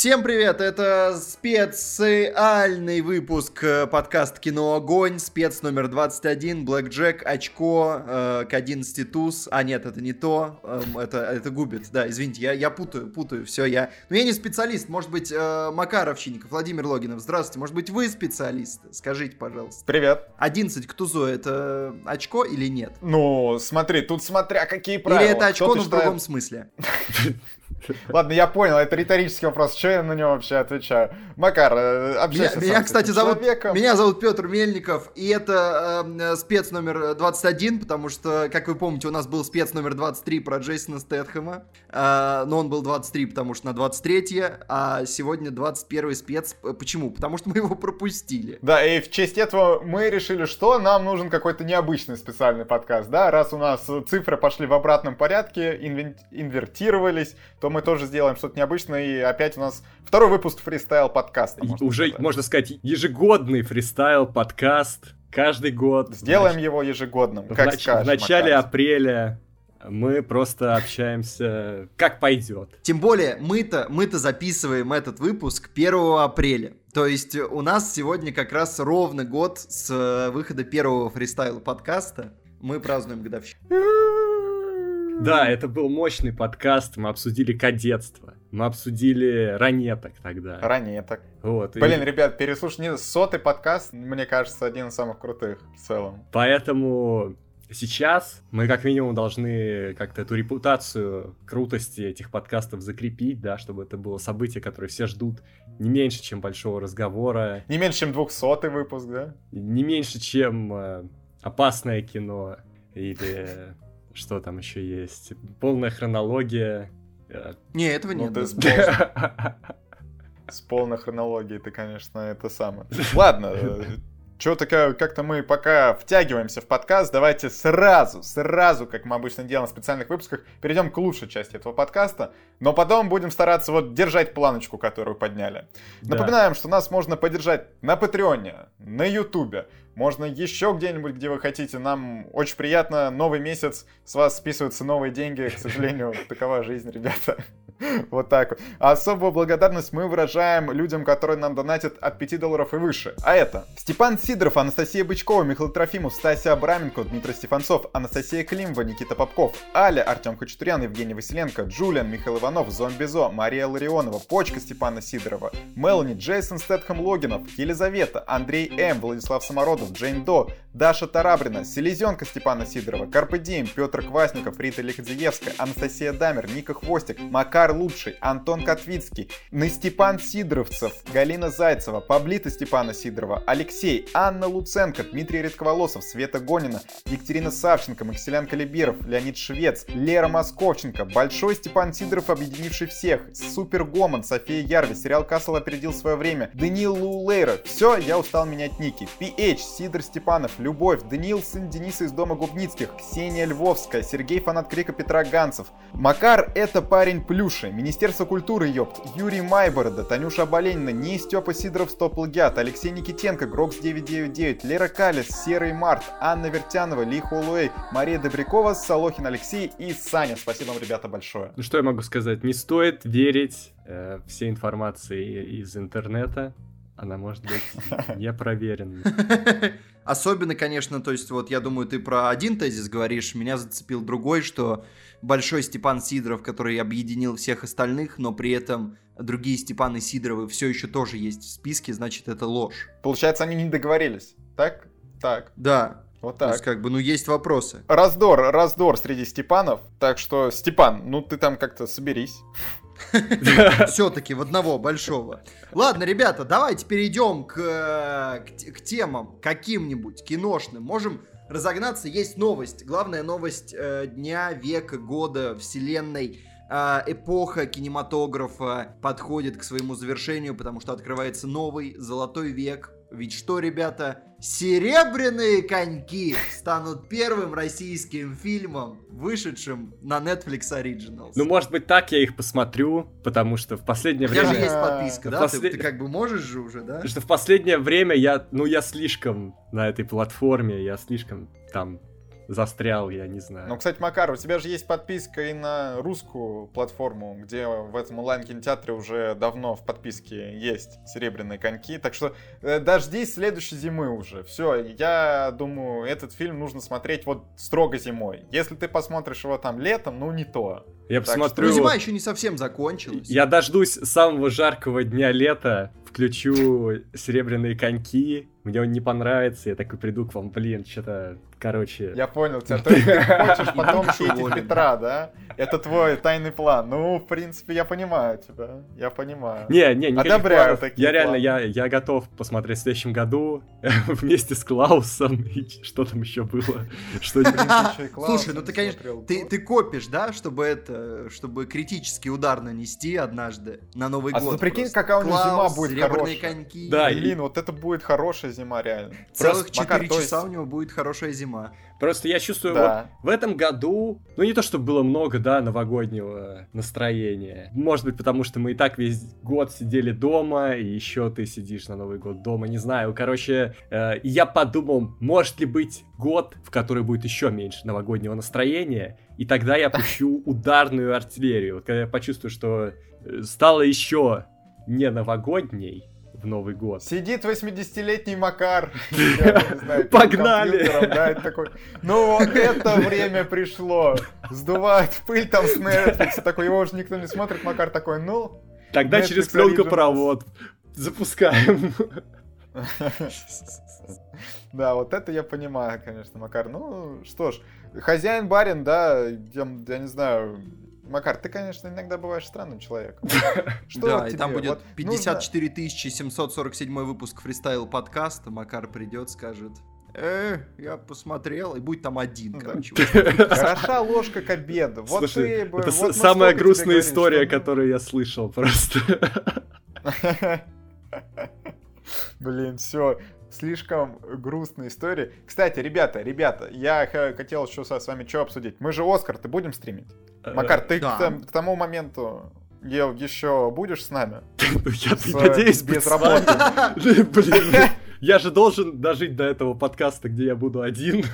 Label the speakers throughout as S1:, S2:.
S1: Всем привет, это специальный выпуск подкаста «Кино Огонь», спец номер 21, Блэк Джек, очко, к 11 туз, нет, это не то, это губит, да, извините, я путаю, все, я не специалист, может быть, Макар Овчинников, Владимир Логинов, здравствуйте, может быть, вы специалисты, скажите, пожалуйста.
S2: Привет.
S1: 11 к тузу, это очко или нет?
S2: Ну, смотри, тут смотря какие правила.
S1: Или это очко, но в другом смысле?
S2: Ладно, я понял, это риторический вопрос, что я на него вообще отвечаю? Макар, общайся
S1: меня, кстати,
S2: человеком.
S1: Меня зовут Петр Мельников, и это спец номер 21, потому что, как вы помните, у нас был спец номер 23 про Джейсона Стэтхэма, но он был 23, потому что на 23-е, а сегодня 21 спец. Почему? Потому что мы его пропустили.
S2: Да, и в честь этого мы решили, что нам нужен какой-то необычный специальный подкаст, да, раз у нас цифры пошли в обратном порядке, инвертировались, то мы тоже сделаем что-то необычное, и опять у нас второй выпуск фристайл-подкаста.
S3: Уже, можно сказать, ежегодный фристайл-подкаст, каждый год.
S2: Сделаем его ежегодным, как скажешь,
S3: в начале
S2: Макар.
S3: апреля мы просто общаемся как пойдет.
S1: Тем более, мы-то записываем этот выпуск 1 апреля. То есть у нас сегодня как раз ровно год с выхода первого фристайл-подкаста. Мы празднуем годовщину.
S3: Да, это был мощный подкаст, мы обсудили кадетство, мы обсудили ранеток тогда.
S2: Ранеток.
S3: Вот,
S2: Блин, ребят, переслушайте, 100-й подкаст, мне кажется, один из самых крутых в целом.
S3: Поэтому сейчас мы как минимум должны как-то эту репутацию крутости этих подкастов закрепить, да, чтобы это было событие, которое все ждут не меньше, чем большого разговора.
S2: Не меньше, чем 200-й выпуск, да?
S3: Не меньше, чем опасное кино или... Что там еще есть? Полная хронология.
S1: Не, этого нет.
S2: С полной хронологией ты, конечно, это самое. Ладно, что-то как-то мы пока втягиваемся в подкаст, давайте сразу, как мы обычно делаем в специальных выпусках, перейдем к лучшей части этого подкаста, но потом будем стараться держать планочку, которую подняли. Да. Напоминаем, что нас можно поддержать на Патреоне, на Ютубе, можно еще где-нибудь, где вы хотите. Нам очень приятно. Новый месяц, с вас списываются новые деньги. К сожалению, такова жизнь, ребята. Вот так вот. А особую благодарность мы выражаем людям, которые нам донатят от $5 и выше. А это Степан Сидоров, Анастасия Бычкова, Михаил Трофимов, Стася Абраменко, Дмитрий Стефанцов, Анастасия Климова, Никита Попков, Аля, Артем Хачатурян, Евгений Василенко, Джулиан, Михаил Иванов, Зомбизо, Мария Ларионова, Почка Степана Сидорова, Мелани, Джейсон Стэтхэм Логинов, Елизавета, Андрей М, Владислав Самородов, Джейн До, Даша Тарабрина, Селезенка Степана Сидорова, Карпе Дием, Петр Квасников, Рита Лиходзиевская, Анастасия Дамер, Ника Хвостик, Макар Лучший, Антон Котвицкий, Степан Сидоровцев, Галина Зайцева, Паблита Степана Сидорова, Алексей, Анна Луценко, Дмитрий Редковолосов, Света Гонина, Екатерина Савченко, Максилян Калиберов, Леонид Швец, Лера Московченко, Большой Степан Сидоров, объединивший всех, Супер Гомон, София Ярви, сериал Касл опередил свое время, Даниил Лулейра, все, я устал менять ники, PH, Сидор Степанов, Любовь, Даниил, сын Дениса из дома Губницких, Ксения Львовская, Сергей, фанат Крика, Петра Ганцев, Макар, это парень плюши, Министерство культуры, ёпт, Юрий Майборода, Танюша Оболенина, не Степа Сидоров, Стоп Плагиат, Алексей Никитенко, Грокс 999, Лера Калец, Серый Март, Анна Вертянова, Ли Холуэй, Мария Добрякова, Солохин Алексей и Саня. Спасибо вам, ребята, большое.
S3: Ну что я могу сказать? Не стоит верить всей информации из интернета. Она может быть непроверенной.
S1: Особенно, конечно, то есть вот я думаю, ты про один тезис говоришь, меня зацепил другой, что Большой Степан Сидоров, который объединил всех остальных, но при этом другие Степаны Сидоровы все еще тоже есть в списке, значит, это ложь.
S2: Получается, они не договорились, так? Так.
S1: Да.
S2: Вот так.
S1: То есть, как бы, есть вопросы.
S2: Раздор среди Степанов, так что, Степан, ты там как-то соберись.
S1: Все-таки в одного большого. Ладно, ребята, давайте перейдем к темам каким-нибудь киношным. Можем разогнаться. Есть новость. Главная новость дня, века, года, вселенной. Эпоха кинематографа подходит к своему завершению, потому что открывается новый золотой век. Ведь что, ребята, «Серебряные коньки» станут первым российским фильмом, вышедшим на Netflix Originals.
S3: Ну, может быть, так я их посмотрю, потому что в последнее время...
S1: У тебя же есть подписка, да? Ты как бы можешь же уже, да?
S3: Потому что в последнее время я слишком на этой платформе, я слишком там застрял, я не знаю.
S2: Ну, кстати, Макар, у тебя же есть подписка и на русскую платформу, где в этом онлайн-кинотеатре уже давно в подписке есть «Серебряные коньки», так что дождись следующей зимы уже. Все, я думаю, этот фильм нужно смотреть вот строго зимой. Если ты посмотришь его там летом, ну не то.
S3: Я посмотрю...
S1: Ну, зима еще не совсем закончилась.
S3: Я дождусь самого жаркого дня лета, включу «Серебряные коньки», мне он не понравится, я такой приду к вам, блин, что-то, короче...
S2: Я понял тебя, то есть ты хочешь потом хейтить Петра, да? Это твой тайный план. Ну, в принципе, я понимаю тебя, я понимаю.
S3: Не,
S2: одобряю такие
S3: я реально, я готов посмотреть в следующем году вместе с Клаусом, и что там еще было.
S1: Слушай, ну ты, конечно, ты копишь, да, чтобы критический удар нанести однажды на Новый год.
S2: А ты прикинь, какая у него зима будет хорошая.
S1: Коньки.
S2: Да, блин, вот это будет хорошая зима, реально.
S1: Целых 4 часа у него будет хорошая зима.
S3: Просто я чувствую, вот в этом году, ну не то, чтобы было много, да, новогоднего настроения. Может быть, потому что мы и так весь год сидели дома, и еще ты сидишь на Новый год дома, не знаю. Короче, я подумал, может ли быть год, в который будет еще меньше новогоднего настроения, и тогда я пущу ударную артиллерию. Вот когда я почувствую, что стало еще не новогодней, в Новый год.
S2: Сидит 80-летний Макар.
S3: Погнали!
S2: Ну вот это время пришло. Сдувает пыль там с Netflix. Такой, его уже никто не смотрит. Макар такой, ну...
S3: Тогда через пленкопровод запускаем.
S2: Да, вот это я понимаю, конечно, Макар. Ну, что ж, хозяин-барин, да, я не знаю... Макар, ты, конечно, иногда бываешь странным человеком.
S1: Да, и там будет 54 747 выпуск фристайл-подкаста. Макар придет, скажет, я посмотрел, и будет там один, короче.
S2: Хороша ложка к обеду.
S3: Слушай, это самая грустная история, которую я слышал просто.
S2: Блин, все. Слишком грустная история. Кстати, ребята, я хотел еще с вами что обсудить. Мы же Оскар-то будем стримить? Макар, ты к тому моменту еще будешь с нами?
S3: Я надеюсь, без работы. Блин, я же должен дожить до этого подкаста, где я буду один.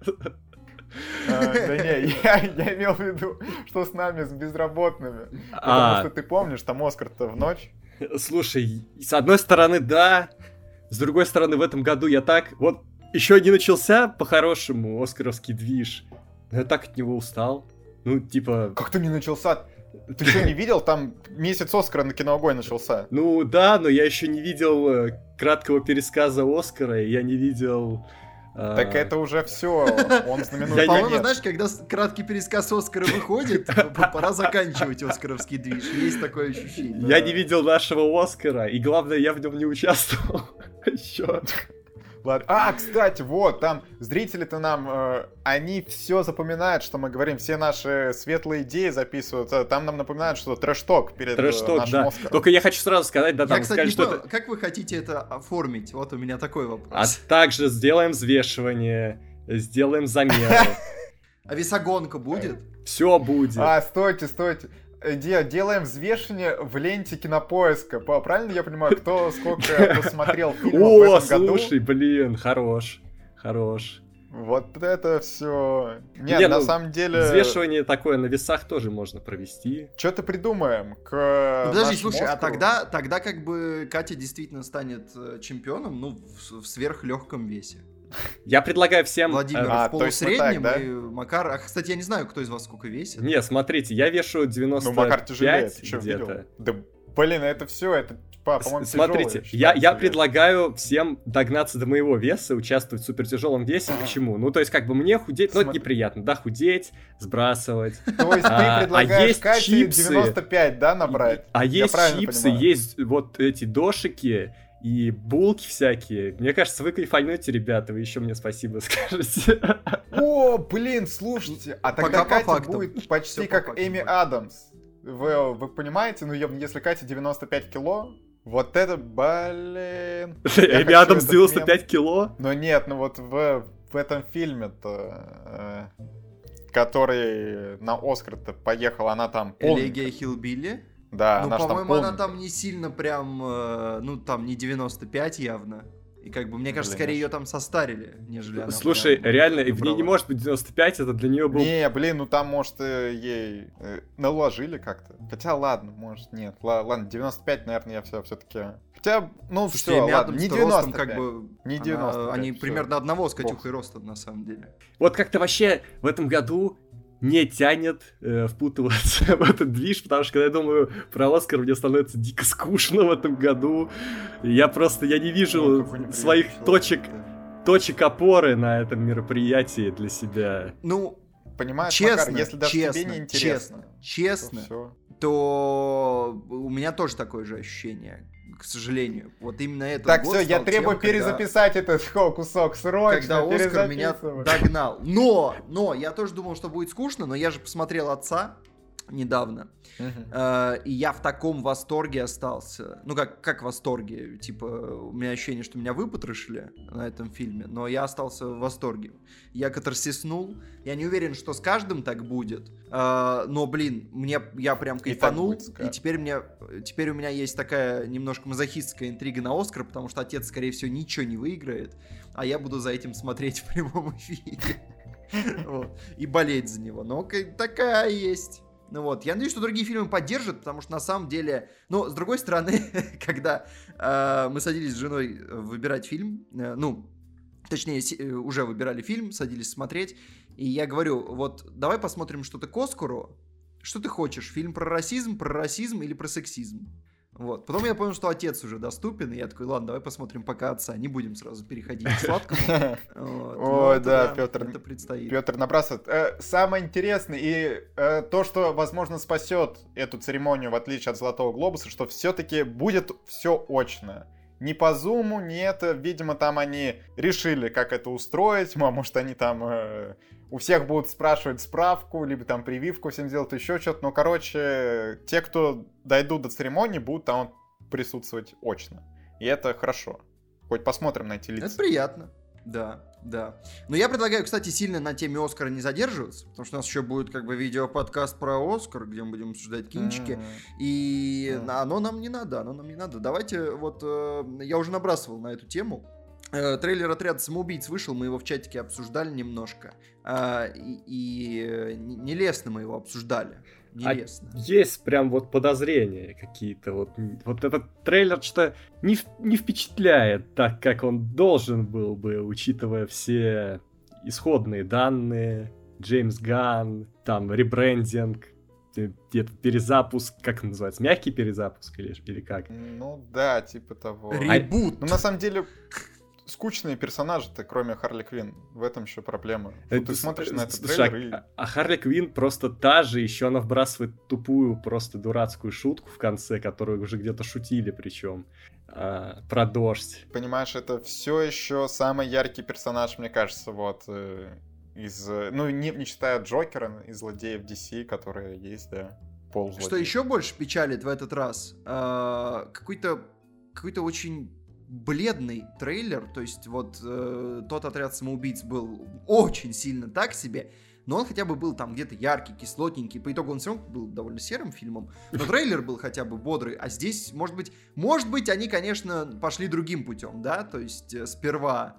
S2: Да не, я имел в виду, что с нами, с безработными. Потому что ты помнишь, там Оскар-то в ночь.
S3: Слушай, с одной стороны, да. С другой стороны, в этом году я так... Вот еще не начался по-хорошему оскаровский движ. Но я так от него устал. Ну, типа...
S2: Как ты не начался? Ты что, не видел? Там месяц Оскара на Киноогой начался.
S3: Ну да, но я еще не видел краткого пересказа Оскара, и я не видел...
S2: Так это уже все, он знаменует.
S1: По-моему, знаешь, когда краткий пересказ Оскара выходит, пора заканчивать оскаровский движ. Есть такое ощущение.
S3: Я не видел нашего Оскара, и главное, я в нем не участвовал. Еще.
S2: Ладно. Кстати, вот, там зрители-то нам, они все запоминают, что мы говорим, все наши светлые идеи записывают, там нам напоминают, что трэш-ток перед нашим Оскаром.
S3: Только я хочу сразу сказать, да, там
S1: я, кстати,
S3: сказать,
S1: не
S3: что
S1: понял, как вы хотите это оформить? Вот у меня такой вопрос.
S3: А также сделаем взвешивание, сделаем замеры.
S1: А весогонка будет?
S3: Все будет.
S2: Стойте. Делаем взвешивание в ленте Кинопоиска. Правильно я понимаю, кто сколько посмотрел фильмов в этом году?
S3: Слушай, блин, хорош.
S2: Вот это все. Нет, на самом деле...
S3: Взвешивание такое на весах тоже можно провести.
S2: Что-то придумаем к
S1: подожди, слушай, Оскару. А тогда как бы Катя действительно станет чемпионом, ну, в сверхлегком весе.
S3: Я предлагаю всем...
S1: Владимир в полусреднем,
S2: так, да?
S1: и Макар... кстати, я не знаю, кто из вас сколько весит.
S3: Не, смотрите, я вешу 95
S2: Макар тяжелее,
S3: где-то.
S2: Да, блин, это все, это, по-моему,
S3: смотрите, я предлагаю всем догнаться до моего веса, участвовать в супертяжелом весе. Почему? Ну, то есть, как бы мне худеть, ну, это неприятно, да, худеть, сбрасывать.
S2: То есть, ты предлагаешь Кате 95, да, набрать?
S3: А есть чипсы, есть вот эти дошики, и булки всякие. Мне кажется, вы кайфанете, ребята, вы еще мне спасибо скажете.
S2: О, блин, слушайте, а тогда Катя будет почти как Эми Адамс. Вы понимаете, ну если Катя 95 кило, вот это, блин.
S3: Эми Адамс 95 кило?
S2: Но нет, ну вот в этом фильме-то, который на Оскар-то поехала, она там...
S1: Элегия Хиллбилли?
S2: Да,
S1: ну,
S2: она
S1: по-моему,
S2: там
S1: она там не сильно прям, ну, там не 95 явно. И как бы, мне кажется, скорее ее там состарили, нежели она...
S3: Слушай, реально, в ней не может быть 95, это для нее был...
S2: Не, блин, ну там, может, ей наложили как-то. Хотя, ладно, может, нет. Ладно, 95, наверное, я все-таки... Хотя, ну,
S1: слушай,
S2: все, ладно, не 90,
S1: как бы...
S2: Не 90.
S1: Они примерно одного с Катюхой роста, на самом деле.
S3: Вот как-то вообще в этом году не тянет впутываться в этот движ, потому что когда я думаю про Оскар, мне становится дико скучно в этом году. Я не вижу своих точек опоры на этом мероприятии для себя.
S1: Ну,
S2: понимаешь,
S1: честно,
S2: Макар, если даже тебе не интересно,
S1: честно, то у меня тоже такое же ощущение. К сожалению. Вот именно это.
S2: Так, все, я требую перезаписать этот кусок срочно.
S1: Когда Оскар меня догнал. Но я тоже думал, что будет скучно, но я же посмотрел «Отца» недавно. И я в таком восторге остался. Ну, как в восторге? Типа, у меня ощущение, что меня выпотрошили на этом фильме, но я остался в восторге. Я катарсиснул. Я не уверен, что с каждым так будет. Но, блин, я прям кайфанул. И теперь у меня есть такая немножко мазохистская интрига на Оскар, потому что «Отец», скорее всего, ничего не выиграет, а я буду за этим смотреть в прямом эфире. И болеть за него. Но такая есть. Ну вот, я надеюсь, что другие фильмы поддержат, потому что на самом деле, ну, с другой стороны, когда мы садились с женой выбирать фильм, точнее, уже выбирали фильм, садились смотреть, и я говорю, вот, давай посмотрим что-то к Оскару, что ты хочешь, фильм про расизм или про сексизм? Вот. Потом я понял, что «Отец» уже доступен, и я такой, ладно, давай посмотрим пока «Отца», не будем сразу переходить к сладкому.
S2: Ой, да, Петр,
S1: это предстоит.
S2: Петр набрасывает. Самое интересное, и то, что, возможно, спасет эту церемонию, в отличие от «Золотого глобуса», что все-таки будет все очно. Не по зуму, не это, видимо, там они решили, как это устроить, может, они там у всех будут спрашивать справку, либо там прививку всем делать, еще что-то, но, короче, те, кто дойдут до церемонии, будут там присутствовать очно, и это хорошо, хоть посмотрим на эти лица.
S1: Это приятно, да. Но я предлагаю, кстати, сильно на теме Оскара не задерживаться, потому что у нас еще будет как бы видеоподкаст про Оскар, где мы будем обсуждать кинчики, и оно нам не надо. Давайте, вот, я уже набрасывал на эту тему. Трейлер «Отряда самоубийц» вышел, мы его в чатике обсуждали немножко, и нелестно мы его обсуждали. Нелестно.
S3: Есть прям вот подозрения какие-то. Вот этот трейлер что-то не впечатляет так, как он должен был бы, учитывая все исходные данные. Джеймс Ганн, там ребрендинг, где-то перезапуск, как это называется, мягкий перезапуск или как?
S2: Ну да, типа того.
S1: Ребут.
S2: Ну на самом деле... Скучные персонажи-то, кроме Харли Квинн. В этом еще проблема. Ты смотришь на этот трейлер
S3: А Харли Квинн просто та же, еще она вбрасывает тупую, просто дурацкую шутку в конце, которую уже где-то шутили причем, про дождь.
S2: Понимаешь, это все еще самый яркий персонаж, мне кажется, вот, из... Ну, не считая Джокера, из злодеев DC, которые есть, да, ползлодеи.
S1: Что еще больше печалит в этот раз? Какой-то очень... бледный трейлер, то есть вот тот «Отряд самоубийц» был очень сильно так себе, но он хотя бы был там где-то яркий, кислотненький, по итогу он все равно был довольно серым фильмом, но трейлер был хотя бы бодрый, а здесь, может быть, они, конечно, пошли другим путем, да, то есть сперва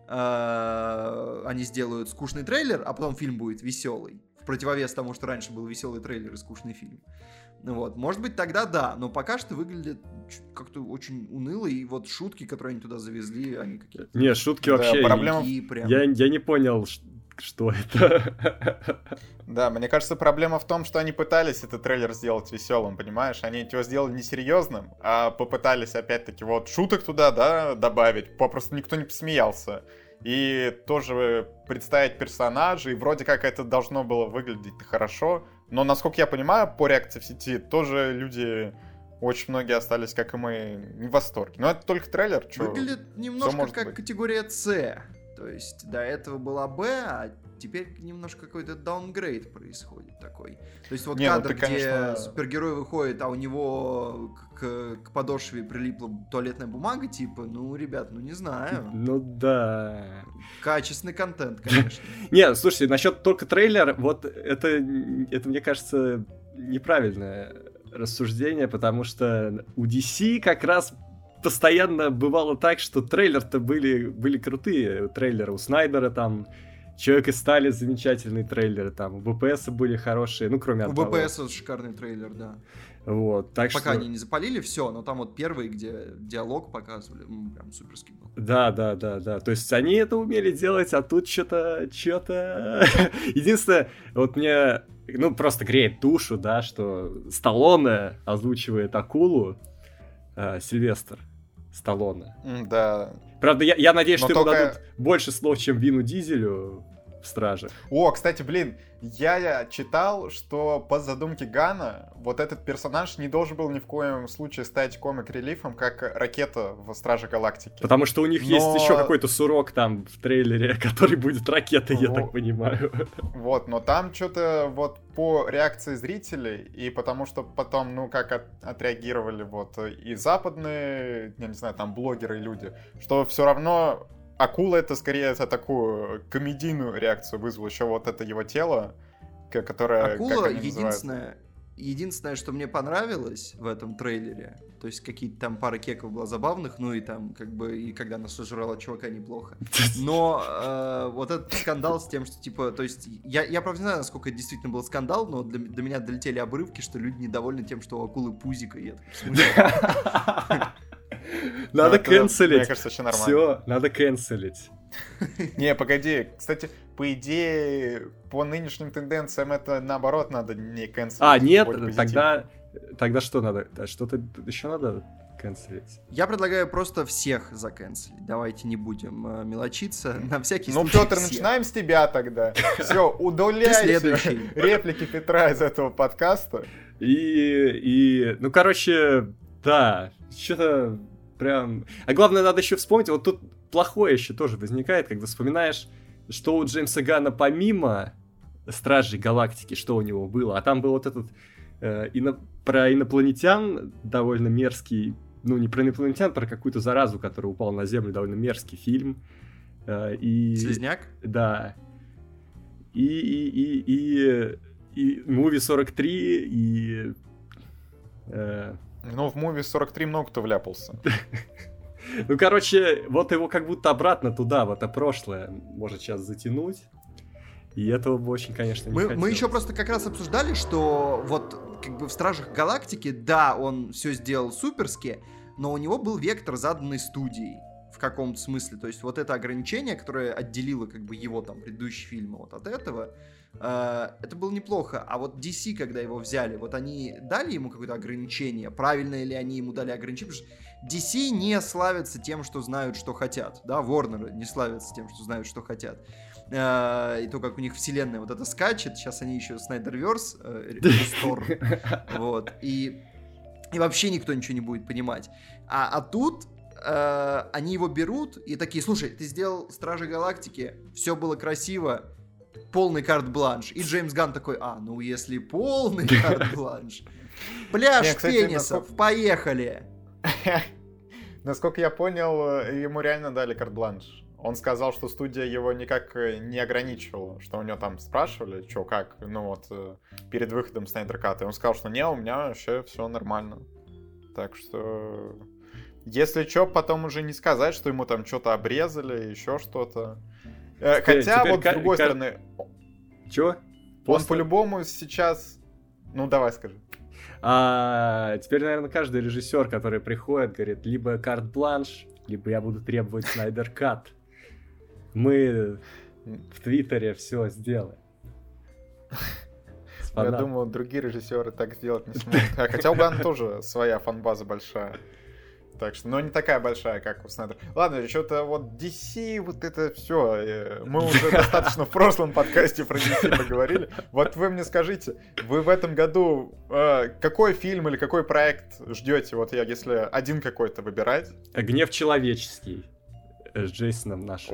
S1: они сделают скучный трейлер, а потом фильм будет веселый, в противовес тому, что раньше был веселый трейлер и скучный фильм. Вот, может быть, тогда да, но пока что выглядит как-то очень уныло, и вот шутки, которые они туда завезли, они какие-то...
S3: Не, шутки вообще...
S2: Проблема...
S3: Я не понял, что это.
S2: Да, мне кажется, проблема в том, что они пытались этот трейлер сделать веселым, понимаешь? Они его сделали несерьезным, а попытались опять-таки вот шуток туда, да, добавить, попросту никто не посмеялся. И тоже представить персонажей, и вроде как это должно было выглядеть хорошо, но, насколько я понимаю, по реакции в сети тоже люди, очень многие остались, как и мы, не в восторге. Но это только трейлер, что...
S1: Выглядит немножко как категория С. То есть до этого была Б, а теперь немножко какой-то даунгрейд происходит такой. То есть вот кадр, где конечно... супергерой выходит, а у него к подошве прилипла туалетная бумага, типа, ну, ребят, ну не знаю.
S3: Ну да.
S1: Качественный контент, конечно.
S3: Не, слушайте, насчет только трейлера, вот это мне кажется, неправильное рассуждение, потому что у DC как раз постоянно бывало так, что трейлер-то были крутые. Трейлеры у Снайдера там, Человек из стали замечательные трейлеры, там, у БПС были хорошие, ну, кроме одного.
S1: У БПС шикарный трейлер, да.
S3: Вот, так
S1: Пока
S3: что...
S1: они не запалили все, но там вот первый, где диалог показывали, прям суперский был.
S3: Да. То есть они это умели делать, а тут что-то... Единственное, вот мне, ну, просто греет душу, да, что Сталлоне озвучивает акулу, Сильвестр Сталлоне.
S2: Да.
S3: Правда, я надеюсь,
S2: но
S3: что ему
S2: только...
S3: дадут больше слов, чем Вину Дизелю в «Страже».
S2: О, кстати, блин, я читал, что по задумке Ганна вот этот персонаж не должен был ни в коем случае стать комик-релифом, как ракета в «Страже Галактики».
S3: Потому что у них есть еще какой-то сурок там в трейлере, который будет ракетой, я так понимаю.
S2: Вот, но там что-то вот по реакции зрителей, и потому что потом, ну, как отреагировали вот и западные, я не знаю, там блогеры и люди, что все равно... Акула это скорее за такую комедийную реакцию вызвало, еще вот это его тело, которое...
S1: Акула единственное, что мне понравилось в этом трейлере, то есть какие-то там пара кеков было забавных, ну и там как бы, и когда она сожрала чувака неплохо. Но вот этот скандал с тем, что типа, то есть я правда не знаю, насколько это действительно был скандал, но до меня долетели обрывки, что люди недовольны тем, что у акулы пузико, и я так, в смысле?
S3: Надо канцелить.
S2: Мне кажется, все нормально.
S3: Все, надо канцелить.
S2: Не, погоди. Кстати, по идее, по нынешним тенденциям это наоборот надо не канцелить.
S3: А, нет, тогда что надо? Что-то еще надо канцелить?
S1: Я предлагаю просто всех заканцелить. Давайте не будем мелочиться. На всякий
S2: случай.
S1: Ну,
S2: Петр, начинаем с тебя тогда. Все, удаляйте реплики Петра из этого подкаста.
S3: Ну, короче, да, что-то прям... А главное, надо еще вспомнить, вот тут плохое еще тоже возникает, когда вспоминаешь, что у Джеймса Ганна помимо Стражей Галактики, что у него было, а там был вот этот про инопланетян довольно мерзкий, ну не про инопланетян, про какую-то заразу, которая упала на Землю, довольно мерзкий фильм.
S1: Слизняк?
S3: Да. И Movie 43, и...
S2: Ну, в Movie 43 много кто вляпался.
S3: Ну, короче, вот его как будто обратно туда, в это прошлое, может сейчас затянуть. И этого бы очень, конечно, не хотелось.
S1: Мы еще просто как раз обсуждали, что вот как бы в Стражах Галактики, да, он все сделал суперски, но у него был вектор, заданный студией в каком-то смысле. То есть вот это ограничение, которое отделило как бы его там предыдущие фильмы вот от этого, это было неплохо. А вот DC, когда его взяли, вот они дали ему какое-то ограничение, правильно ли они ему дали ограничение, потому что DC не славятся тем, что знают, что хотят, да, Warner не славятся тем, что знают, что хотят. И то, как у них вселенная вот это скачет, сейчас они еще Снайдерверс вот, и вообще никто ничего не будет понимать. А тут они его берут и такие: слушай, ты сделал Стражи Галактики, все было красиво, полный карт-бланш. И Джеймс Ганн такой: ну если полный карт-бланш, пляж пенисов, поехали.
S2: Насколько я понял, ему реально дали карт-бланш. Он сказал, что студия его никак не ограничивала, что у него там спрашивали, что, как, ну вот, перед выходом Снайдер Ката. И он сказал, что не, у меня вообще все нормально. Так что, если что, потом уже не сказать, что ему там что-то обрезали, еще что-то. Хотя, вот с другой стороны...
S3: Чего?
S2: Он по-любому сейчас... Ну, давай скажи.
S3: Теперь, наверное, каждый режиссер, который приходит, говорит, либо карт-бланш, либо я буду требовать Снайдер Кат. Мы в Твиттере все сделаем.
S2: Я думаю, другие режиссеры так сделать не смогут. Хотя у Ганна тоже своя фан-база большая. Так что, но не такая большая, как у Снайдера. Ладно, что-то вот DC, вот это все. Мы уже достаточно в прошлом подкасте про DC поговорили. Вот вы мне скажите, вы в этом году какой фильм или какой проект ждете? Вот я, если один какой-то выбирать.
S3: «Гнев человеческий» с Джейсоном нашим.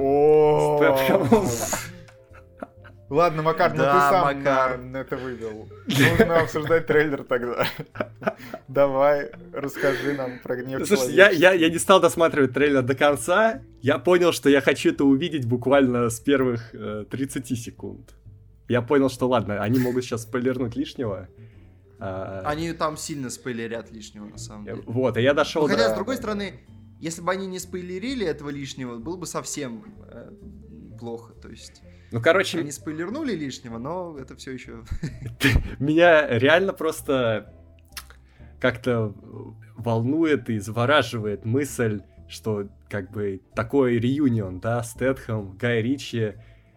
S2: Ладно, Макар, ну ты сам это вывел. Нужно обсуждать трейлер тогда. Давай, расскажи нам про «Гнев человеческий».
S3: Слушай, я не стал досматривать трейлер до конца. Я понял, что я хочу это увидеть буквально с первых 30 секунд. Я понял, что ладно, они могут сейчас спойлернуть лишнего.
S1: Они там сильно спойлерят лишнего, на самом деле.
S3: Вот, и я дошел
S1: до... Хотя, с другой стороны, Если бы они не спойлерили этого лишнего, было бы совсем плохо, то есть...
S3: Ну, короче...
S1: Они спойлернули лишнего, но это все еще...
S3: Меня реально просто как-то волнует и завораживает мысль, что как бы такой реюнион, да, Стэтхэм, Гай Ричи,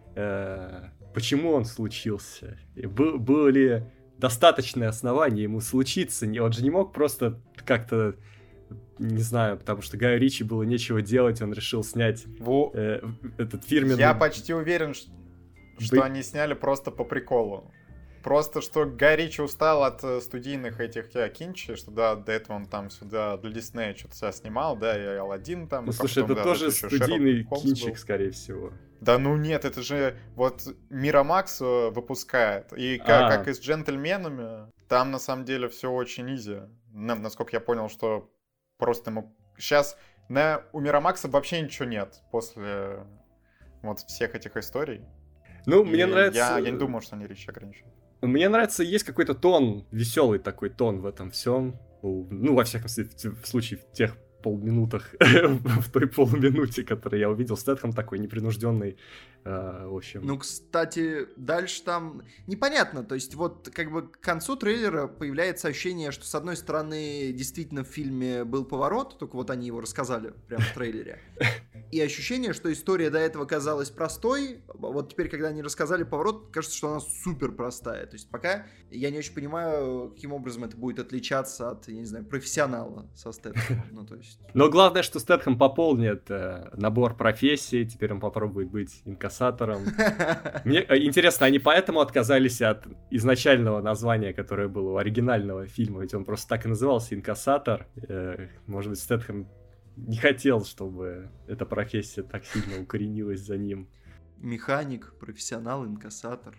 S3: почему он случился? И было ли достаточное основание ему случиться? Он же не мог просто как-то, не знаю, потому что Гаю Ричи было нечего делать, он решил снять этот фирменный...
S2: Я почти уверен, что они сняли просто по приколу. Просто, что Гай Ричи устал от студийных этих кинчей, что да, до этого он там сюда для Диснея что-то себя снимал, да, и Аладдин там.
S3: Ну, слушай, это тоже студийный кинчик, скорее всего.
S2: Да ну нет, это же вот Miramax выпускает. И как и с «Джентльменами», там на самом деле все очень изи. Насколько я понял, что просто ему... Сейчас у Miramax вообще ничего нет после вот всех этих историй.
S3: Ну, мне нравится...
S2: Я не думаю, что они Ричи ограничивают.
S3: Мне нравится, есть какой-то тон, веселый такой тон в этом всем. Ну, во всяком случае, в тех полминутах, в той полуминуте, которую я увидел, Стэтхэм такой непринужденный, в общем.
S1: Ну, кстати, дальше там непонятно, то есть вот как бы к концу трейлера появляется ощущение, что с одной стороны действительно в фильме был поворот, только вот они его рассказали прямо в трейлере, и ощущение, что история до этого казалась простой, вот теперь, когда они рассказали поворот, кажется, что она супер простая, то есть пока я не очень понимаю, каким образом это будет отличаться от, я не знаю, профессионала со Стэтхэмом, ну то есть.
S3: Но главное, что Стэтхэм пополнит набор профессий, теперь он попробует быть инкассатором. Мне интересно, они поэтому отказались от изначального названия, которое было у оригинального фильма, ведь он просто так и назывался, инкассатор. Может быть, Стэтхэм не хотел, чтобы эта профессия так сильно укоренилась за ним.
S1: Механик, профессионал, инкассатор.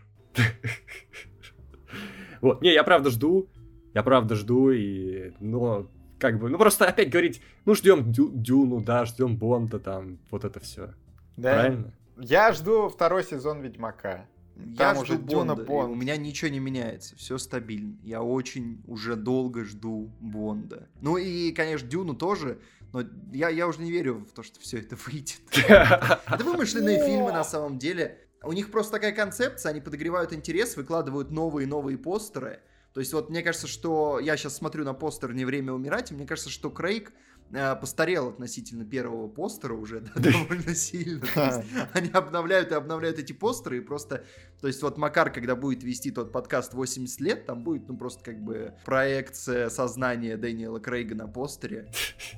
S3: Вот, не, я правда жду, но как бы, ну просто опять говорить, ну ждем Дюну, да, ждем Бонда, там, вот это все. Да? Правильно?
S2: Я жду второй сезон Ведьмака.
S1: Там я жду Бонда, у меня ничего не меняется, все стабильно. Я очень уже долго жду Бонда. Ну и, конечно, Дюну тоже, но я уже не верю в то, что все это выйдет. Это вымышленные фильмы на самом деле. У них просто такая концепция, они подогревают интерес, выкладывают новые постеры. То есть вот мне кажется, что я сейчас смотрю на постер «Не время умирать», и мне кажется, что Крейг постарел относительно первого постера уже довольно сильно. Они обновляют эти постеры, и просто... То есть вот Макар, когда будет вести тот подкаст 80 лет, там будет, ну, просто как бы проекция сознания Дэниела Крейга на постере.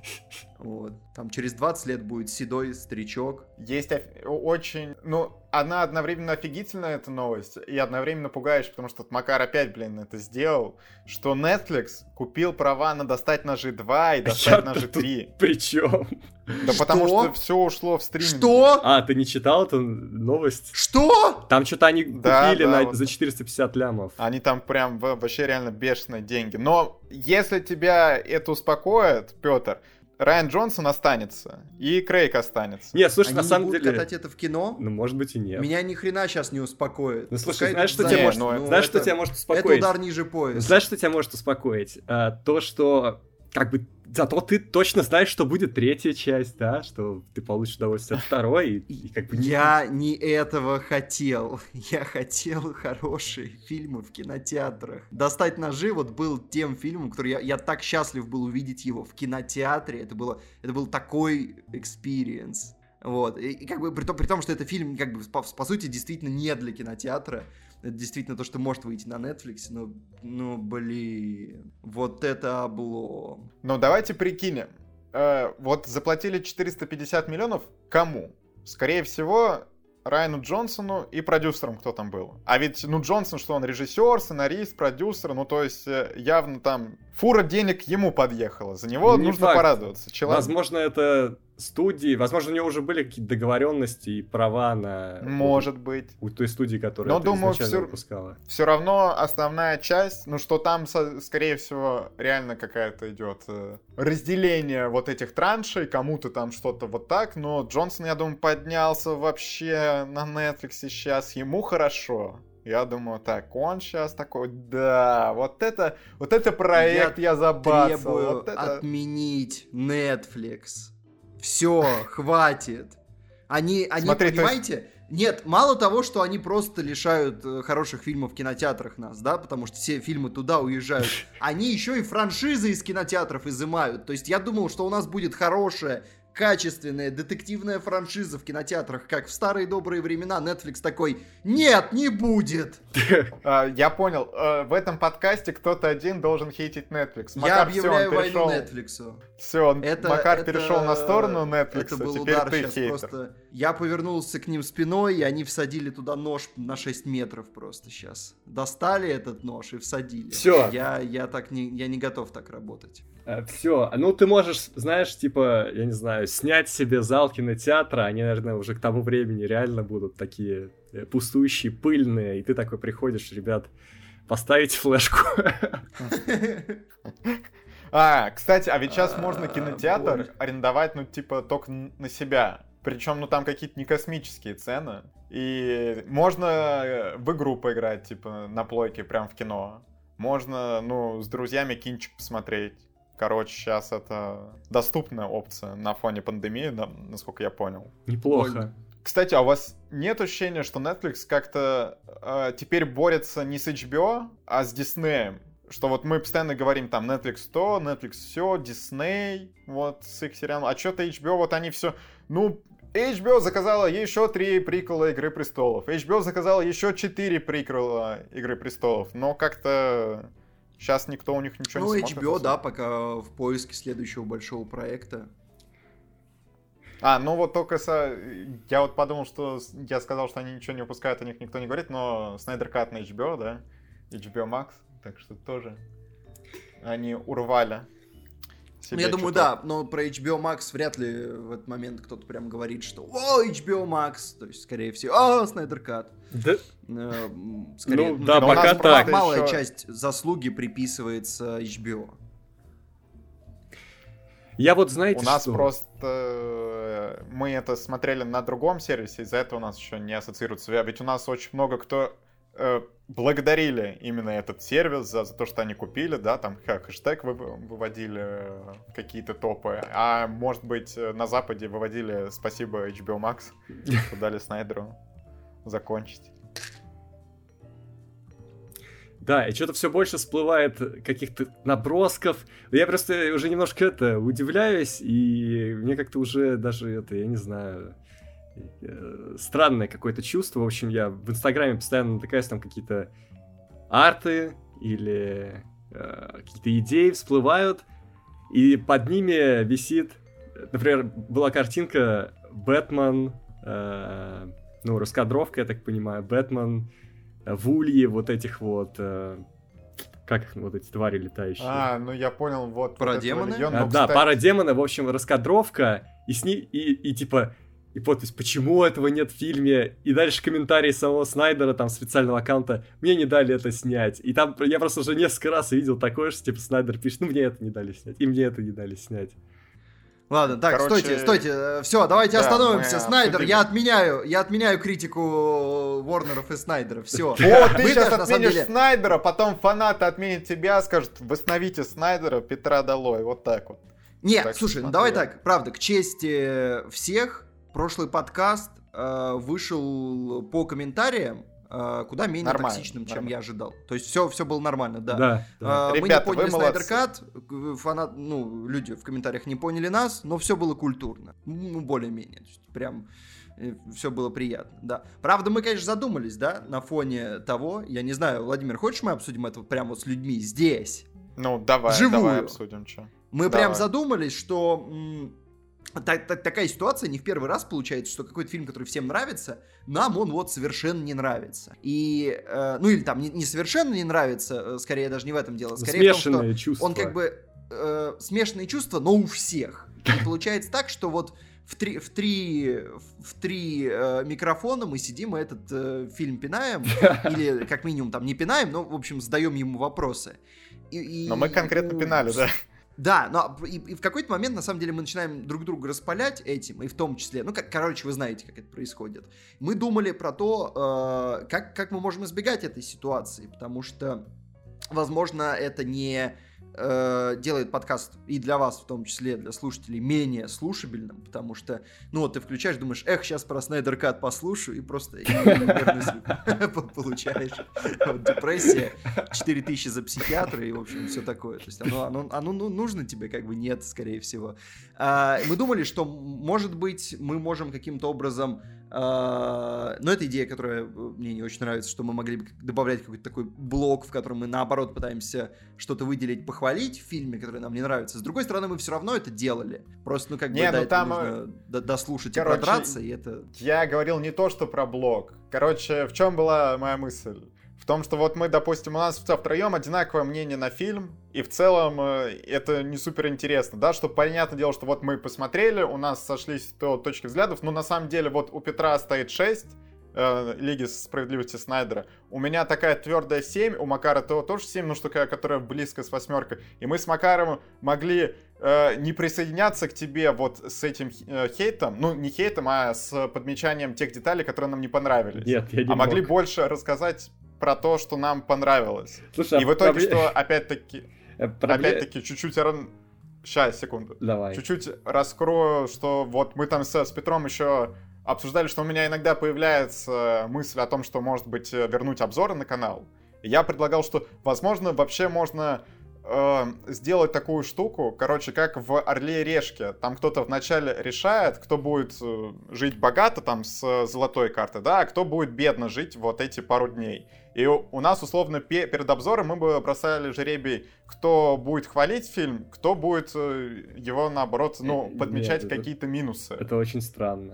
S1: Вот. Там через 20 лет будет седой старичок.
S2: Есть очень... Ну, она одновременно офигительная, эта новость, и одновременно пугаешь, потому что Макар опять, это сделал, что Netflix купил права на «Достать ножи 2» и «Достать ножи 3».
S3: Причем?
S2: Да потому что все ушло в стриминг.
S1: Что?
S3: А, ты не читал эту новость?
S1: Что?
S3: Там что-то они купили за 450 лямов.
S2: Они там прям вообще реально бешеные деньги. Но если тебя это успокоит, Петр, Райан Джонсон останется, и Крейг останется.
S3: Нет, слушай, на самом деле...
S1: Они не будут катать это в кино?
S3: Ну, может быть, и нет.
S1: Меня ни хрена сейчас не успокоит.
S3: Ну, слушай, знаешь, что тебя может успокоить?
S1: Это удар ниже пояса.
S3: Знаешь, что тебя может успокоить? То, что, как бы, зато ты точно знаешь, что будет третья часть, да? Что ты получишь удовольствие от второй, и как бы...
S1: Я не этого хотел. Я хотел хорошие фильмы в кинотеатрах. «Достать ножи» вот был тем фильмом, который я так счастлив был увидеть его в кинотеатре. Это был такой экспириенс. Вот. И как бы при том, что это фильм, как бы, по сути, действительно не для кинотеатра. Это действительно то, что может выйти на Netflix, но блин, вот это облом.
S2: Ну, давайте прикинем. Вот заплатили 450 миллионов кому? Скорее всего, Райану Джонсону и продюсерам, кто там был. А ведь, Джонсон, что он режиссер, сценарист, продюсер, то есть явно там фура денег ему подъехала. За него нужно порадоваться.
S3: Возможно, это студии, возможно, у него уже были какие-то договоренности и права на...
S2: Может быть.
S3: У той студии, которая это изначально выпускала.
S2: Все равно основная часть, что там, скорее всего, реально какая-то идет разделение вот этих траншей, кому-то там что-то вот так, но Джонсон, я думаю, поднялся вообще на Netflix сейчас, ему хорошо. Я думаю, так, он сейчас такой, да, вот это проект я забацал.
S1: Требую
S2: вот это...
S1: отменить Netflix. Все, хватит. Они,
S2: Смотри,
S1: понимаете... Нет, мало того, что они просто лишают хороших фильмов в кинотеатрах нас, да, потому что все фильмы туда уезжают, они еще и франшизы из кинотеатров изымают. То есть я думал, что у нас будет хорошая, качественная детективная франшиза в кинотеатрах, как в старые добрые времена. Netflix такой: нет, не будет.
S2: Я понял. В этом подкасте кто-то один должен хейтить Netflix.
S1: Я объявляю войну Netflix.
S2: Все, Макар перешел на сторону Netflix,
S1: это был
S2: теперь
S1: удар
S2: ты
S1: сейчас
S2: хейтер.
S1: просто. Я повернулся к ним спиной, и они всадили туда нож на 6 метров просто сейчас. Достали этот нож и всадили.
S3: Все.
S1: Я не готов так работать.
S3: Все. Ну, ты можешь, знаешь, типа, я не знаю, снять себе зал кинотеатра. Они, наверное, уже к тому времени реально будут такие пустующие, пыльные. И ты такой приходишь: ребят, поставить флешку.
S2: Кстати, а ведь сейчас можно кинотеатр арендовать, ну, типа, только на себя. Причем, ну, там какие-то не космические цены. И можно в игру поиграть, типа, на плойке, прям в кино. Можно, ну, с друзьями кинчик посмотреть. Короче, сейчас это доступная опция на фоне пандемии, насколько я понял.
S3: Неплохо.
S2: Кстати, а у вас нет ощущения, что Netflix как-то теперь борется не с HBO, а с Disney? Что вот мы постоянно говорим там Netflix то, Netflix все, Disney, вот с их сериалом. А что-то HBO, вот они все... Ну, HBO заказала еще 3 приквела Игры Престолов. HBO заказала еще 4 приквела Игры Престолов. Но как-то сейчас никто у них ничего не смотрит.
S1: Ну, HBO, да, пока в поиске следующего большого проекта.
S2: Ну вот только я вот подумал, что я сказал, что они ничего не выпускают, о них никто не говорит, но Snyder Cut на HBO, да, HBO Max, так что тоже они урвали себе.
S1: Я думаю, да, но про HBO Max вряд ли в этот момент кто-то прям говорит, что «О, HBO Max», то есть, скорее всего, «О, Snyder Cut».
S3: Да.
S1: Скорее,
S3: ну, да, пока так.
S1: Малая часть заслуги приписывается HBO.
S3: Я вот, знаете,
S2: у нас
S3: что?
S2: Просто мы это смотрели на другом сервисе, из-за этого у нас еще не ассоциируется. Ведь у нас очень много кто благодарили именно этот сервис за то, что они купили, да, там хэштег выводили какие-то топы, а может быть на Западе выводили «Спасибо HBO Max», что дали Снайдеру закончить.
S3: Да, и что-то все больше всплывает каких-то набросков. Я просто уже немножко удивляюсь, и мне как-то уже даже я не знаю, странное какое-то чувство. В общем, я в Инстаграме постоянно натыкаюсь, там какие-то арты или какие-то идеи всплывают, и под ними висит, например, была картинка Бэтмен, раскадровка, я так понимаю, Бэтмен в улье вот этих вот... как их вот эти твари летающие?
S2: Ну я понял, вот...
S1: Парадемоны?
S3: Да, парадемоны, в общем, раскадровка, и типа... И подпись, почему этого нет в фильме? И дальше комментарий самого Снайдера, там, специального аккаунта, мне не дали это снять. И там я просто уже несколько раз видел такое, что типа Снайдер пишет, мне это не дали снять, и мне это не дали снять.
S1: Ладно, так, стойте, все, давайте остановимся. Снайдер, я отменяю критику Ворнеров и Снайдера, все.
S2: Вот, ты сейчас отменишь Снайдера, потом фанаты отменят тебя, скажут, восстановите Снайдера, Петра долой, вот так вот.
S1: Нет, слушай, ну давай так, правда, к чести всех, прошлый подкаст вышел по комментариям куда менее токсичным, чем я ожидал. То есть все было нормально, да. Мы
S2: Ребята,
S1: не поняли Снайдер Кат, люди в комментариях не поняли нас, но все было культурно. Ну, более-менее. То есть прям все было приятно, да. Правда, мы, конечно, задумались, да, на фоне того, я не знаю, Владимир, хочешь мы обсудим это прямо вот с людьми здесь?
S2: Ну, давай обсудим, что.
S1: Мы прям задумались, что... Такая ситуация не в первый раз получается, что какой-то фильм, который всем нравится, нам он вот совершенно не нравится. И, ну или там не совершенно не нравится, скорее даже не в этом дело. Скорее
S3: смешанные
S1: в том, что
S3: чувства.
S1: Он как бы смешанные чувства, но у всех. И получается так, что вот в три микрофона мы сидим и этот фильм пинаем, или как минимум там не пинаем, но в общем задаем ему вопросы.
S2: Но мы конкретно пинали, да.
S1: Да, но и в какой-то момент, на самом деле, мы начинаем друг друга распалять этим, и в том числе, короче, вы знаете, как это происходит. Мы думали про то, как мы можем избегать этой ситуации, потому что, возможно, это не делает подкаст и для вас, в том числе для слушателей, менее слушабельным, потому что, ну вот ты включаешь, думаешь, сейчас про Снайдер Кат послушаю, и просто нервный срыв получаешь. Депрессия, 4000 за психиатра и, в общем, все такое. То есть оно нужно тебе, как бы нет, скорее всего. Мы думали, что, может быть, мы можем каким-то образом... Но это идея, которая мне не очень нравится, что мы могли бы добавлять какой-то такой блок, в котором мы, наоборот, пытаемся что-то выделить, похвалить в фильме, который нам не нравится. С другой стороны, мы все равно это делали. Просто, ну, как бы, там нужно дослушать и продраться, и это...
S2: Я говорил не то, что про блок. Короче, в чем была моя мысль? В том, что вот мы, допустим, у нас втроем одинаковое мнение на фильм, и в целом это не супер интересно, да, что понятное дело, что вот мы посмотрели, у нас сошлись точки взглядов, но на самом деле вот у Петра стоит 6, Лиги справедливости Снайдера, у меня такая твердая 7, у Макара тоже 7, ну что, которая близко с 8, и мы с Макаром могли не присоединяться к тебе вот с этим хейтом, ну не хейтом, а с подмечанием тех деталей, которые нам не понравились.
S3: Нет, я не мог.
S2: Могли больше рассказать про то, что нам понравилось.
S3: Слушай,
S2: и в итоге, что опять-таки чуть-чуть... Сейчас, секунду.
S3: Давай.
S2: Чуть-чуть раскрою, что вот мы там с Петром еще обсуждали, что у меня иногда появляется мысль о том, что, может быть, вернуть обзоры на канал. И я предлагал, что, возможно, вообще можно сделать такую штуку, короче, как в «Орле и Решке». Там кто-то вначале решает, кто будет жить богато там с золотой карты, да, а кто будет бедно жить вот эти пару дней. И у нас, условно, перед обзором мы бы бросали жребий, кто будет хвалить фильм, кто будет его, наоборот, подмечать какие-то минусы.
S3: Это очень странно.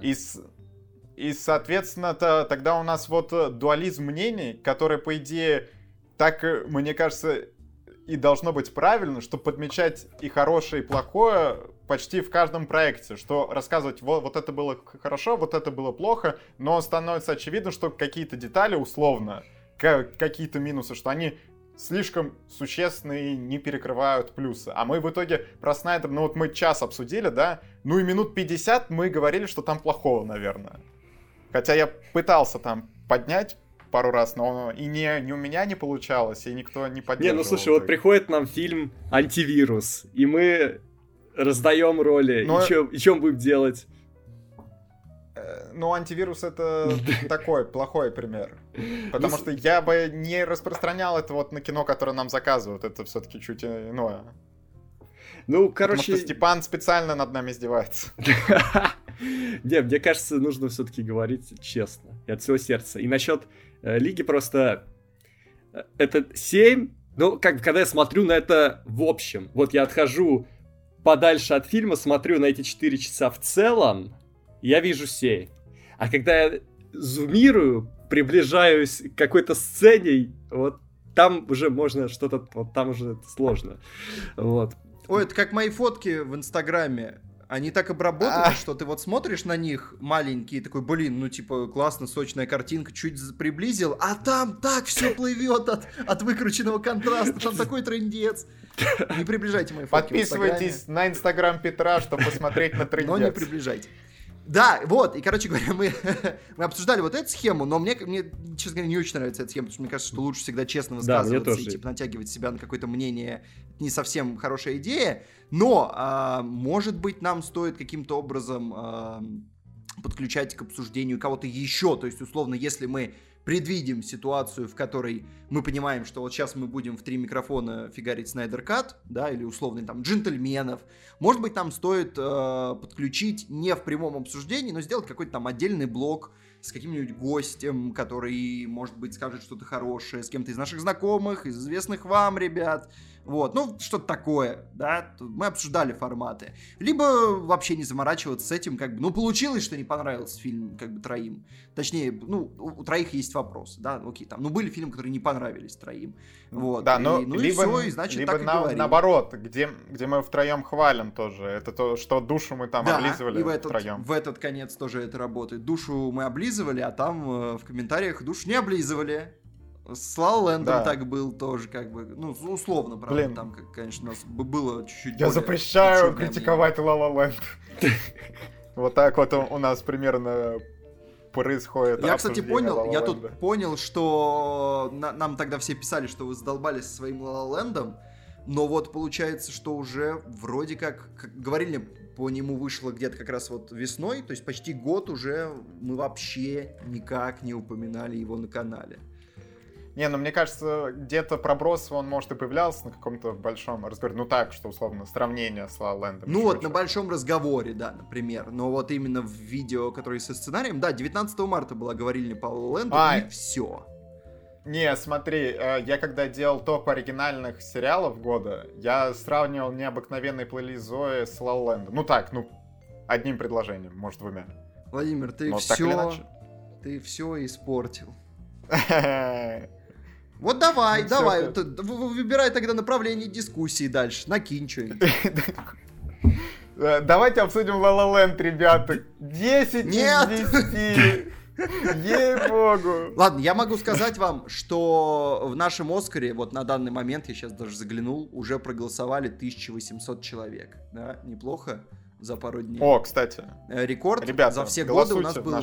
S2: И соответственно, тогда у нас вот дуализм мнений, который, по идее, так, мне кажется, и должно быть правильно, что подмечать и хорошее, и плохое почти в каждом проекте, что рассказывать, вот это было хорошо, вот это было плохо, но становится очевидно, что какие-то детали, условно, какие-то минусы, что они слишком существенные и не перекрывают плюсы. А мы в итоге про Снайдер, ну вот мы час обсудили, да, ну и минут 50 мы говорили, что там плохого, наверное. Хотя я пытался там поднять пару раз, но и не у меня не получалось, и никто не поддерживал.
S3: Не, ну слушай, вот приходит нам фильм «Антивирус», и мы раздаем роли, и что будем делать?
S2: Ну, «Антивирус» — это такой плохой пример. Потому что я бы не распространял это вот на кино, которое нам заказывают. Это все-таки чуть иное.
S3: Ну, короче...
S2: Потому что Степан специально над нами издевается.
S3: Не, мне кажется, нужно все-таки говорить честно и от всего сердца. И насчет Лиги просто... Это 7, ну, как когда я смотрю на это в общем. Вот я отхожу подальше от фильма, смотрю на эти 4 часа в целом, я вижу 7. А когда я зумирую, приближаюсь к какой-то сцене, вот там уже можно что-то... Вот там уже сложно. Вот.
S1: Ой, это как мои фотки в Инстаграме. Они так обработаны, что ты вот смотришь на них маленькие, такой, блин, ну типа классно, сочная картинка, чуть приблизил, а там так все плывет от выкрученного контраста, там такой трындец. Не приближайте мои фотки.
S2: Подписывайтесь на Инстаграм Петра, чтобы посмотреть на трындец.
S1: Но не приближайте. Да, вот, и, короче говоря, мы обсуждали вот эту схему, но мне, честно говоря, не очень нравится эта схема, потому что мне кажется, что лучше всегда честно высказываться и типа натягивать себя на какое-то мнение, не совсем хорошая идея, но, может быть, нам стоит каким-то образом подключать к обсуждению кого-то еще, то есть, условно, если мы предвидим ситуацию, в которой мы понимаем, что вот сейчас мы будем в 3 микрофона фигарить Снайдер Кат, да, или условно там джентльменов, может быть, нам стоит подключить не в прямом обсуждении, но сделать какой-то там отдельный блок с каким-нибудь гостем, который, может быть, скажет что-то хорошее, с кем-то из наших знакомых, из известных вам ребят, вот, ну, что-то такое, да, мы обсуждали форматы. Либо вообще не заморачиваться с этим, как бы, ну, получилось, что не понравился фильм, как бы, троим. Точнее, ну, у троих есть вопросы, да, окей, там, ну, были фильмы, которые не понравились троим, вот.
S2: Да, но
S1: ну,
S2: либо,
S1: и все, и значит,
S2: либо
S1: так и говорим.
S2: наоборот, где мы втроем хвалим тоже, это то, что душу мы там облизывали втроем.
S1: В этот конец тоже это работает. Душу мы облизывали, а там в комментариях душу не облизывали. С La La Land так был тоже, как бы, ну, условно, правда,
S2: блин.
S1: Там, конечно, у нас было чуть-чуть
S2: Я запрещаю критиковать La La Land. Вот так вот у нас примерно происходит.
S1: Я, кстати, понял, что нам тогда все писали, что вы задолбались со своим La La Land'ом. Но вот получается, что уже вроде как говорили, по нему вышло где-то как раз вот весной, то есть почти год уже мы вообще никак не упоминали его на канале.
S2: Не, ну мне кажется, где-то проброс он, может, и появлялся на каком-то большом разговоре. Ну так, что, условно, сравнение с La La Land.
S1: Ну вот, на большом разговоре, да, например. Но вот именно в видео, которое со сценарием, да, 19 марта была говорильня по La La Land, и все.
S2: Не, смотри, я когда делал топ оригинальных сериалов года, я сравнивал необыкновенный плейлист Зои с La La Land. Ну так, одним предложением, может, двумя.
S1: Владимир, ты все испортил. Вот давай, выбирай тогда направление дискуссии дальше, накинь что-нибудь.
S2: Давайте обсудим La La Land, ребята. 10
S1: Нет!
S2: из 10. Ей-богу.
S1: Ладно, я могу сказать вам, что в нашем Оскаре, вот на данный момент, я сейчас даже заглянул, уже проголосовали 1800 человек. Да, неплохо за пару дней.
S2: О, кстати.
S1: Рекорд
S2: ребята,
S1: за все годы у нас был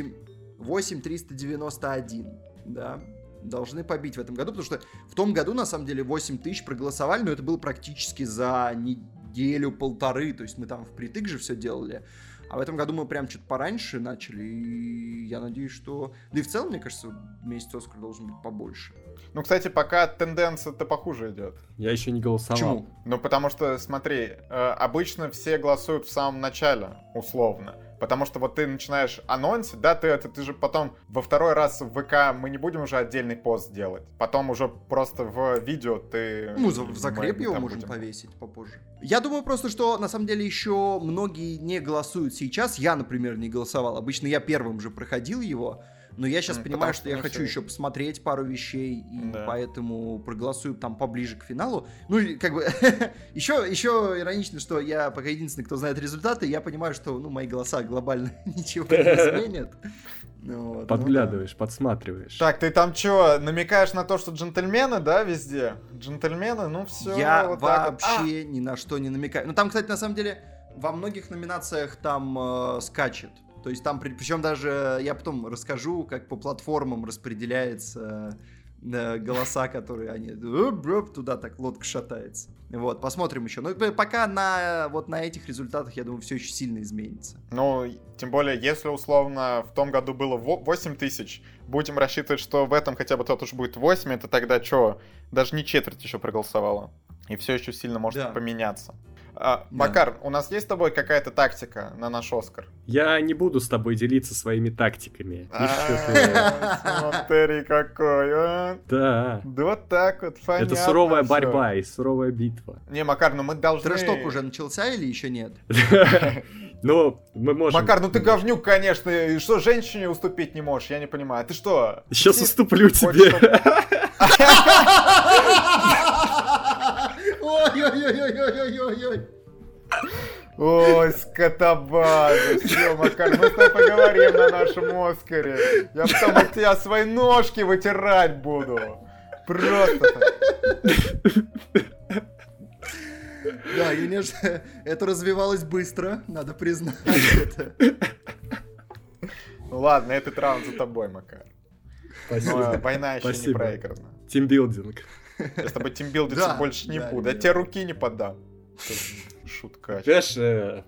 S1: 8391. Да, должны побить в этом году, потому что в том году, на самом деле, 8000 проголосовали, но это было практически за неделю-полторы, то есть мы там впритык же все делали. А в этом году мы прям что-то пораньше начали, и я надеюсь, что... Да и в целом, мне кажется, месяц Оскар должен быть побольше.
S2: Ну, кстати, пока тенденция-то похуже идет.
S3: Я еще не голосовал.
S1: Почему?
S2: Ну, потому что, смотри, обычно все голосуют в самом начале, условно. Потому что вот ты начинаешь анонсить, да, ты же потом во второй раз в ВК мы не будем уже отдельный пост делать. Потом уже просто в видео ты...
S1: Ну, в закреп его можем повесить попозже. Я думаю просто, что на самом деле еще многие не голосуют сейчас. Я, например, не голосовал. Обычно я первым же проходил его. Но я сейчас понимаю, что я хочу еще посмотреть пару вещей, и поэтому проголосую там поближе к финалу. Ну, и как бы еще иронично, что я пока единственный, кто знает результаты, я понимаю, что мои голоса глобально ничего не изменят.
S3: Подглядываешь, подсматриваешь.
S2: Так, ты там что, намекаешь на то, что джентльмены, да, везде? Джентльмены, ну все.
S1: Я вот вообще ни на что не намекаю. Ну, там, кстати, на самом деле, во многих номинациях там скачет. То есть там, причем даже, я потом расскажу, как по платформам распределяется голоса, которые они туда так лодка шатается. Вот, посмотрим еще. Но пока на этих результатах, я думаю, все еще сильно изменится.
S2: Ну, тем более, если условно в том году было 8 тысяч, будем рассчитывать, что в этом хотя бы тот уж будет 8, это тогда что? Даже не четверть еще проголосовала. И все еще сильно может поменяться. Макар, у нас есть с тобой какая-то тактика на наш Оскар?
S3: Я не буду с тобой делиться своими тактиками.
S2: Смотри какой, а!
S3: Да.
S2: Вот так вот, понятно.
S3: Это суровая борьба и суровая битва.
S2: Не, Макар, мы должны...
S1: Трэш-ток уже начался или еще нет?
S3: Ну, мы можем...
S2: Макар, ты говнюк, конечно. И что, женщине уступить не можешь? Я не понимаю. Ты что?
S3: Сейчас уступлю тебе.
S1: Ой-ой-ой-ой-ой-ой-ой-ой.
S2: Ой, скотобаза. Все, Макар, мы с тобой поговорим на нашем Оскаре. Я потом от тебя свои ножки вытирать буду. Просто.
S1: Да, конечно, это развивалось быстро, надо признать это.
S2: Ну ладно, этот раунд за тобой, Макар.
S3: Спасибо.
S2: Война еще не проиграна.
S3: Тимбилдинг.
S2: Я с тобой тимбилдиться больше не буду. Я тебе руки не подам. Шутка.
S3: Понимаешь,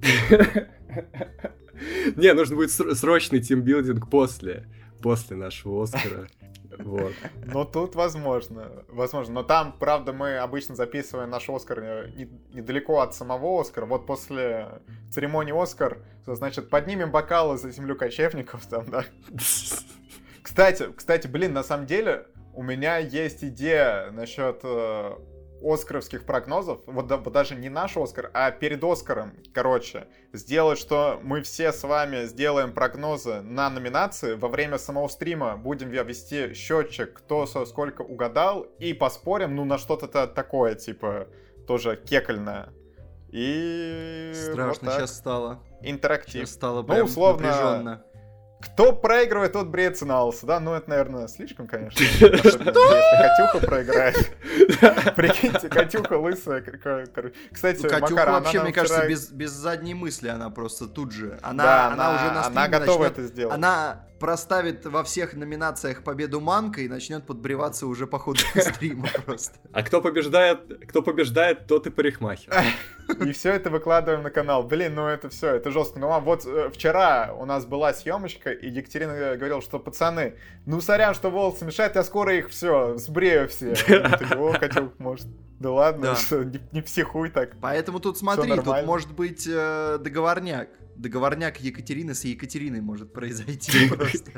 S3: не, нужно будет срочный тимбилдинг после нашего Оскара. Вот.
S2: Ну, тут возможно. Но там, правда, мы обычно записываем наш Оскар недалеко от самого Оскара. Вот после церемонии Оскар, значит, поднимем бокалы за землю кочевников там, да. Кстати, блин, на самом деле, у меня есть идея насчет оскаровских прогнозов. Вот даже не наш Оскар, а перед Оскаром, короче, сделать, что мы все с вами сделаем прогнозы на номинации. Во время самого стрима будем вести счетчик, кто сколько угадал, и поспорим, на что-то такое, типа, тоже кекольное. И
S1: страшно
S2: вот
S1: сейчас стало.
S2: Интерактив.
S1: Сейчас стало прям
S2: условно,
S1: напряженно.
S2: Кто проигрывает, тот бреется на лысо, да? Это, наверное, слишком, конечно. Если Катюха проиграет. Прикиньте, Катюха лысая. Кстати,
S1: Катюха вообще, мне кажется, без задней мысли она просто тут же. Она уже на стриме
S2: готова это сделать.
S1: Она проставит во всех номинациях победу Манка и начнет подбреваться уже по ходу стрима просто.
S3: А кто побеждает, тот и парикмахер.
S2: И все это выкладываем на канал. Блин, ну это все, это жестко. Ну а вот вчера у нас была съемочка, и Екатерина говорила, что пацаны, ну сорян, что волосы мешают, я скоро их все, сбрею все. О, котелок, может. Да ладно, что, не психуй так.
S1: Поэтому тут смотри, тут может быть договорняк. Договорняк Екатерины с Екатериной может произойти просто.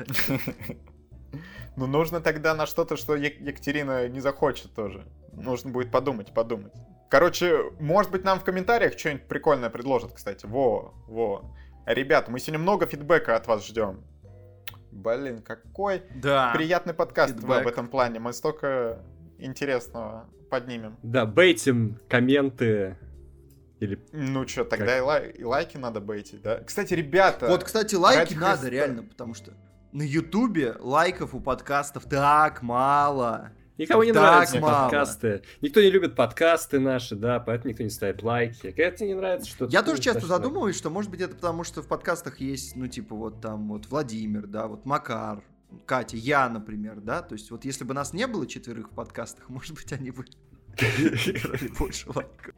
S2: Ну, нужно тогда на что-то, что Екатерина не захочет тоже. Нужно будет подумать. Короче, может быть, нам в комментариях что-нибудь прикольное предложат, кстати. Во. Ребята, мы сегодня много фидбэка от вас ждем. Блин, какой приятный подкаст в этом плане. Мы столько интересного поднимем.
S3: Да, бейтим комменты. Или...
S2: Ну что, тогда и лайки надо бейтить, да? Кстати, ребята...
S1: Вот, кстати, лайки надо реально, потому что на Ютубе лайков у подкастов так мало.
S3: Никому не нравятся подкасты. Никто не любит подкасты наши, да, поэтому никто не ставит лайки. Когда тебе не нравится что-то...
S1: Я тоже часто задумываюсь, что, может быть, это потому, что в подкастах есть, ну, типа, вот там вот Владимир, да, вот Макар, Катя, я, например, да, то есть вот если бы нас не было 4 в подкастах, может быть, они бы набрали больше лайков.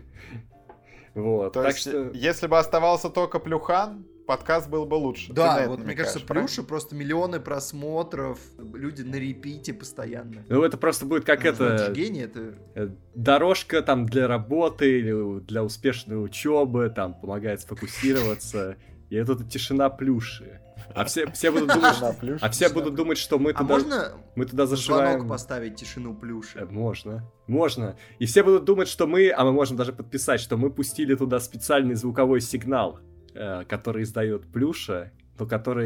S3: Вот,
S2: то
S3: так
S2: есть,
S3: что...
S2: если бы оставался только Плюхан, подкаст был бы лучше.
S1: Да, вот мне кажется, Плюша просто миллионы просмотров, люди на репите постоянно.
S3: Ну это просто будет как это...
S1: Гений, это...
S3: Дорожка там для работы или для успешной учебы, там помогает сфокусироваться. И это тишина Плюши. А все будут думать, что мы туда зашиваем...
S1: звонок поставить тишину Плюши.
S3: Можно. И все будут думать, что мы можем даже подписать, что мы пустили туда специальный звуковой сигнал, который издает Плюша, но который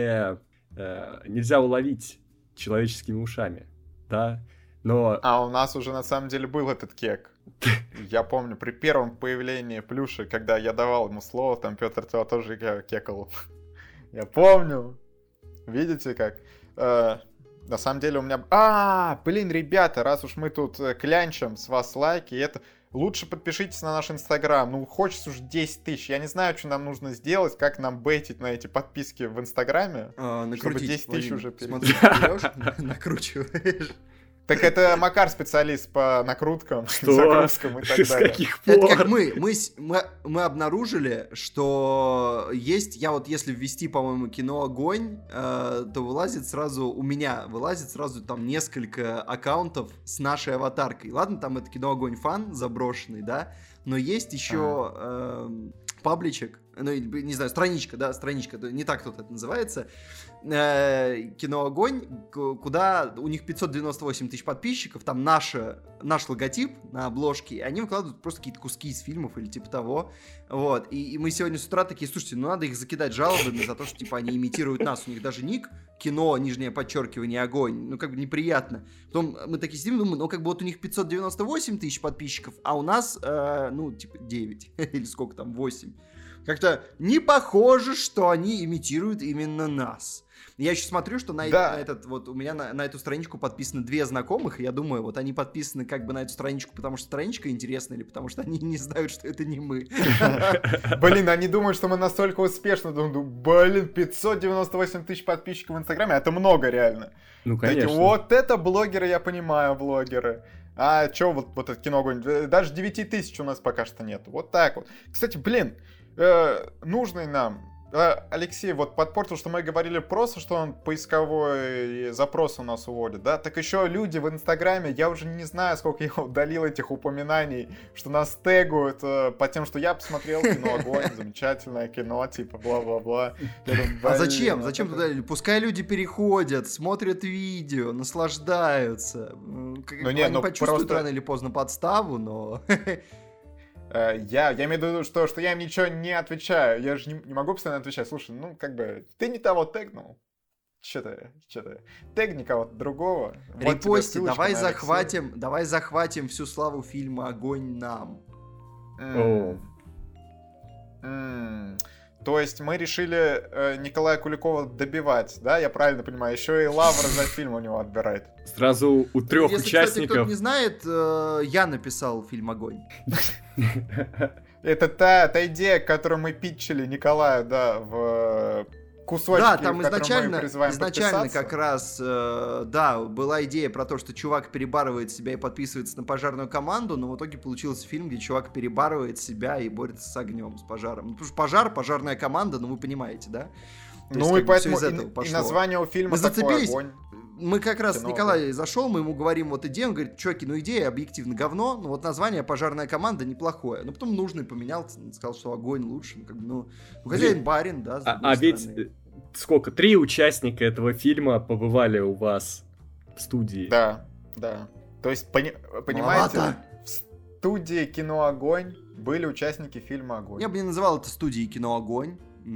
S3: нельзя уловить человеческими ушами, да? Но...
S2: А у нас уже на самом деле был этот кек. Я помню, при первом появлении Плюши, когда я давал ему слово, там Петр тоже кекал. Я помню. Видите как? На самом деле у меня... Блин, ребята, раз уж мы тут клянчим с вас лайки, это... Лучше подпишитесь на наш Инстаграм. Ну, хочется уже 10 тысяч. Я не знаю, что нам нужно сделать, как нам бейтить на эти подписки в Инстаграме. Чтобы 10 тысяч уже
S1: перейти. Накручиваешь.
S2: Так это Макар специалист по накруткам, загрузкам и так далее.
S3: С каких пор?
S1: Это как мы обнаружили, что есть, я вот если ввести, по-моему, кино «Огонь», то вылазит сразу, у меня вылазит сразу там несколько аккаунтов с нашей аватаркой. Ладно, там это кино «Огонь» фан заброшенный, да, но есть еще пабличек, ну, не знаю, страничка, не так тут это называется, кино «Огонь», куда у них 598 тысяч подписчиков, там наш логотип на обложке, и они выкладывают просто какие-то куски из фильмов или типа того, вот, и мы сегодня с утра такие, слушайте, ну надо их закидать жалобами за то, что типа они имитируют нас, у них даже ник кино, нижнее подчеркивание, «Огонь», ну как бы неприятно. Потом мы такие сидим, думаем, ну как бы вот у них 598 тысяч подписчиков, а у нас, ну типа 9, или сколько там, 8. Как-то не похоже, что они имитируют именно нас. Я еще смотрю, что на этот вот у меня на эту страничку подписаны 2 знакомых, и я думаю, вот они подписаны как бы на эту страничку, потому что страничка интересная, или потому что они не знают, что это не мы.
S2: Блин, они думают, что мы настолько успешны. Думаю, блин, 598 тысяч подписчиков в Инстаграме, это много реально.
S3: Ну, конечно.
S2: Вот это блогеры, я понимаю, блогеры. А чё вот это кино «Огонь»? Даже 9 тысяч у нас пока что нет. Вот так вот. Кстати, блин, нужный нам Алексей вот подпортил, что мы говорили просто, что он поисковой запрос у нас уводит, да? Так еще люди в Инстаграме, я уже не знаю, сколько я удалил этих упоминаний, что нас тегают по тем, что я посмотрел кино «Огонь», замечательное кино, типа бла-бла-бла.
S1: А зачем? Зачем туда? Пускай люди переходят, смотрят видео, наслаждаются. Они почувствуют рано или поздно подставу, но...
S2: Я имею в виду, что я им ничего не отвечаю. Я же не могу постоянно отвечать. Слушай, ну, как бы, ты не того тегнул. Че ты? Тегни кого-то другого.
S1: Репости, давай захватим всю славу фильма «Огонь» нам.
S2: То есть мы решили Николая Куликова добивать, да? Я правильно понимаю? Еще и лавры за фильм у него отбирает.
S3: Сразу у 3 участников.
S1: Если, кстати, кто-то не знает, я написал фильм «Огонь».
S2: Это та идея, которую мы питчили Николаю, да, в кусочки,
S1: Да, там
S2: в которые мы призываем
S1: изначально
S2: подписаться.
S1: как раз, да, была идея про то, что чувак перебарывает себя и подписывается на пожарную команду, но в итоге получился фильм, где чувак перебарывает себя и борется с огнем, с пожаром. Ну, потому что пожар, пожарная команда, ну вы понимаете, да? То
S2: Ну
S1: есть,
S2: и поэтому
S1: всё из этого
S2: и
S1: пошло.
S2: название у фильма
S1: Мы
S2: такой
S1: зацепились.
S2: огонь.
S1: Мы как раз,
S2: Кино,
S1: Николай зашел, мы ему говорим вот идею, он говорит, чуваки, ну идея объективно говно, но вот название «Пожарная команда» неплохое. Но потом нужный поменял, сказал, что огонь лучше. Ну, как бы, ну хозяин барин, да, с другой
S3: ведь
S1: стороны.
S3: сколько? 3 участника этого фильма побывали у вас в студии.
S2: Да, да. То есть, понимаете,
S1: Маловато.
S2: в студии «Кино Огонь» были участники фильма «Огонь».
S1: Я бы не называл это студией «Кино Огонь».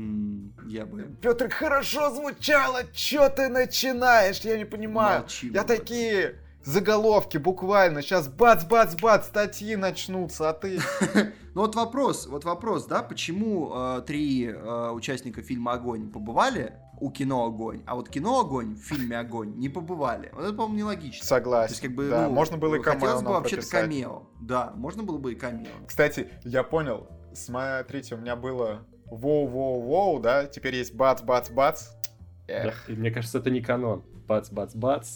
S1: Я бы...
S2: Петр, хорошо звучало, чё ты начинаешь? Я не понимаю.
S1: Молчи,
S2: Я
S1: Роберт.
S2: такие заголовки буквально, сейчас бац-бац-бац, статьи начнутся, а ты...
S1: Ну вот вопрос, да, почему 3 участника фильма «Огонь» побывали у «Кино Огонь», а вот «Кино Огонь» в фильме «Огонь» не побывали? Вот это, по-моему, нелогично.
S2: Согласен.
S1: То есть, как бы,
S2: да,
S1: ну,
S2: можно было и
S1: хотелось бы
S2: камео
S1: вообще-то
S2: прописать.
S1: камео. Да, можно было бы и камео.
S2: Кстати, я понял, смотрите, у меня было воу-воу-воу, да, теперь есть бац-бац-бац.
S3: Да, и мне кажется, это не канон. Бац-бац-бац.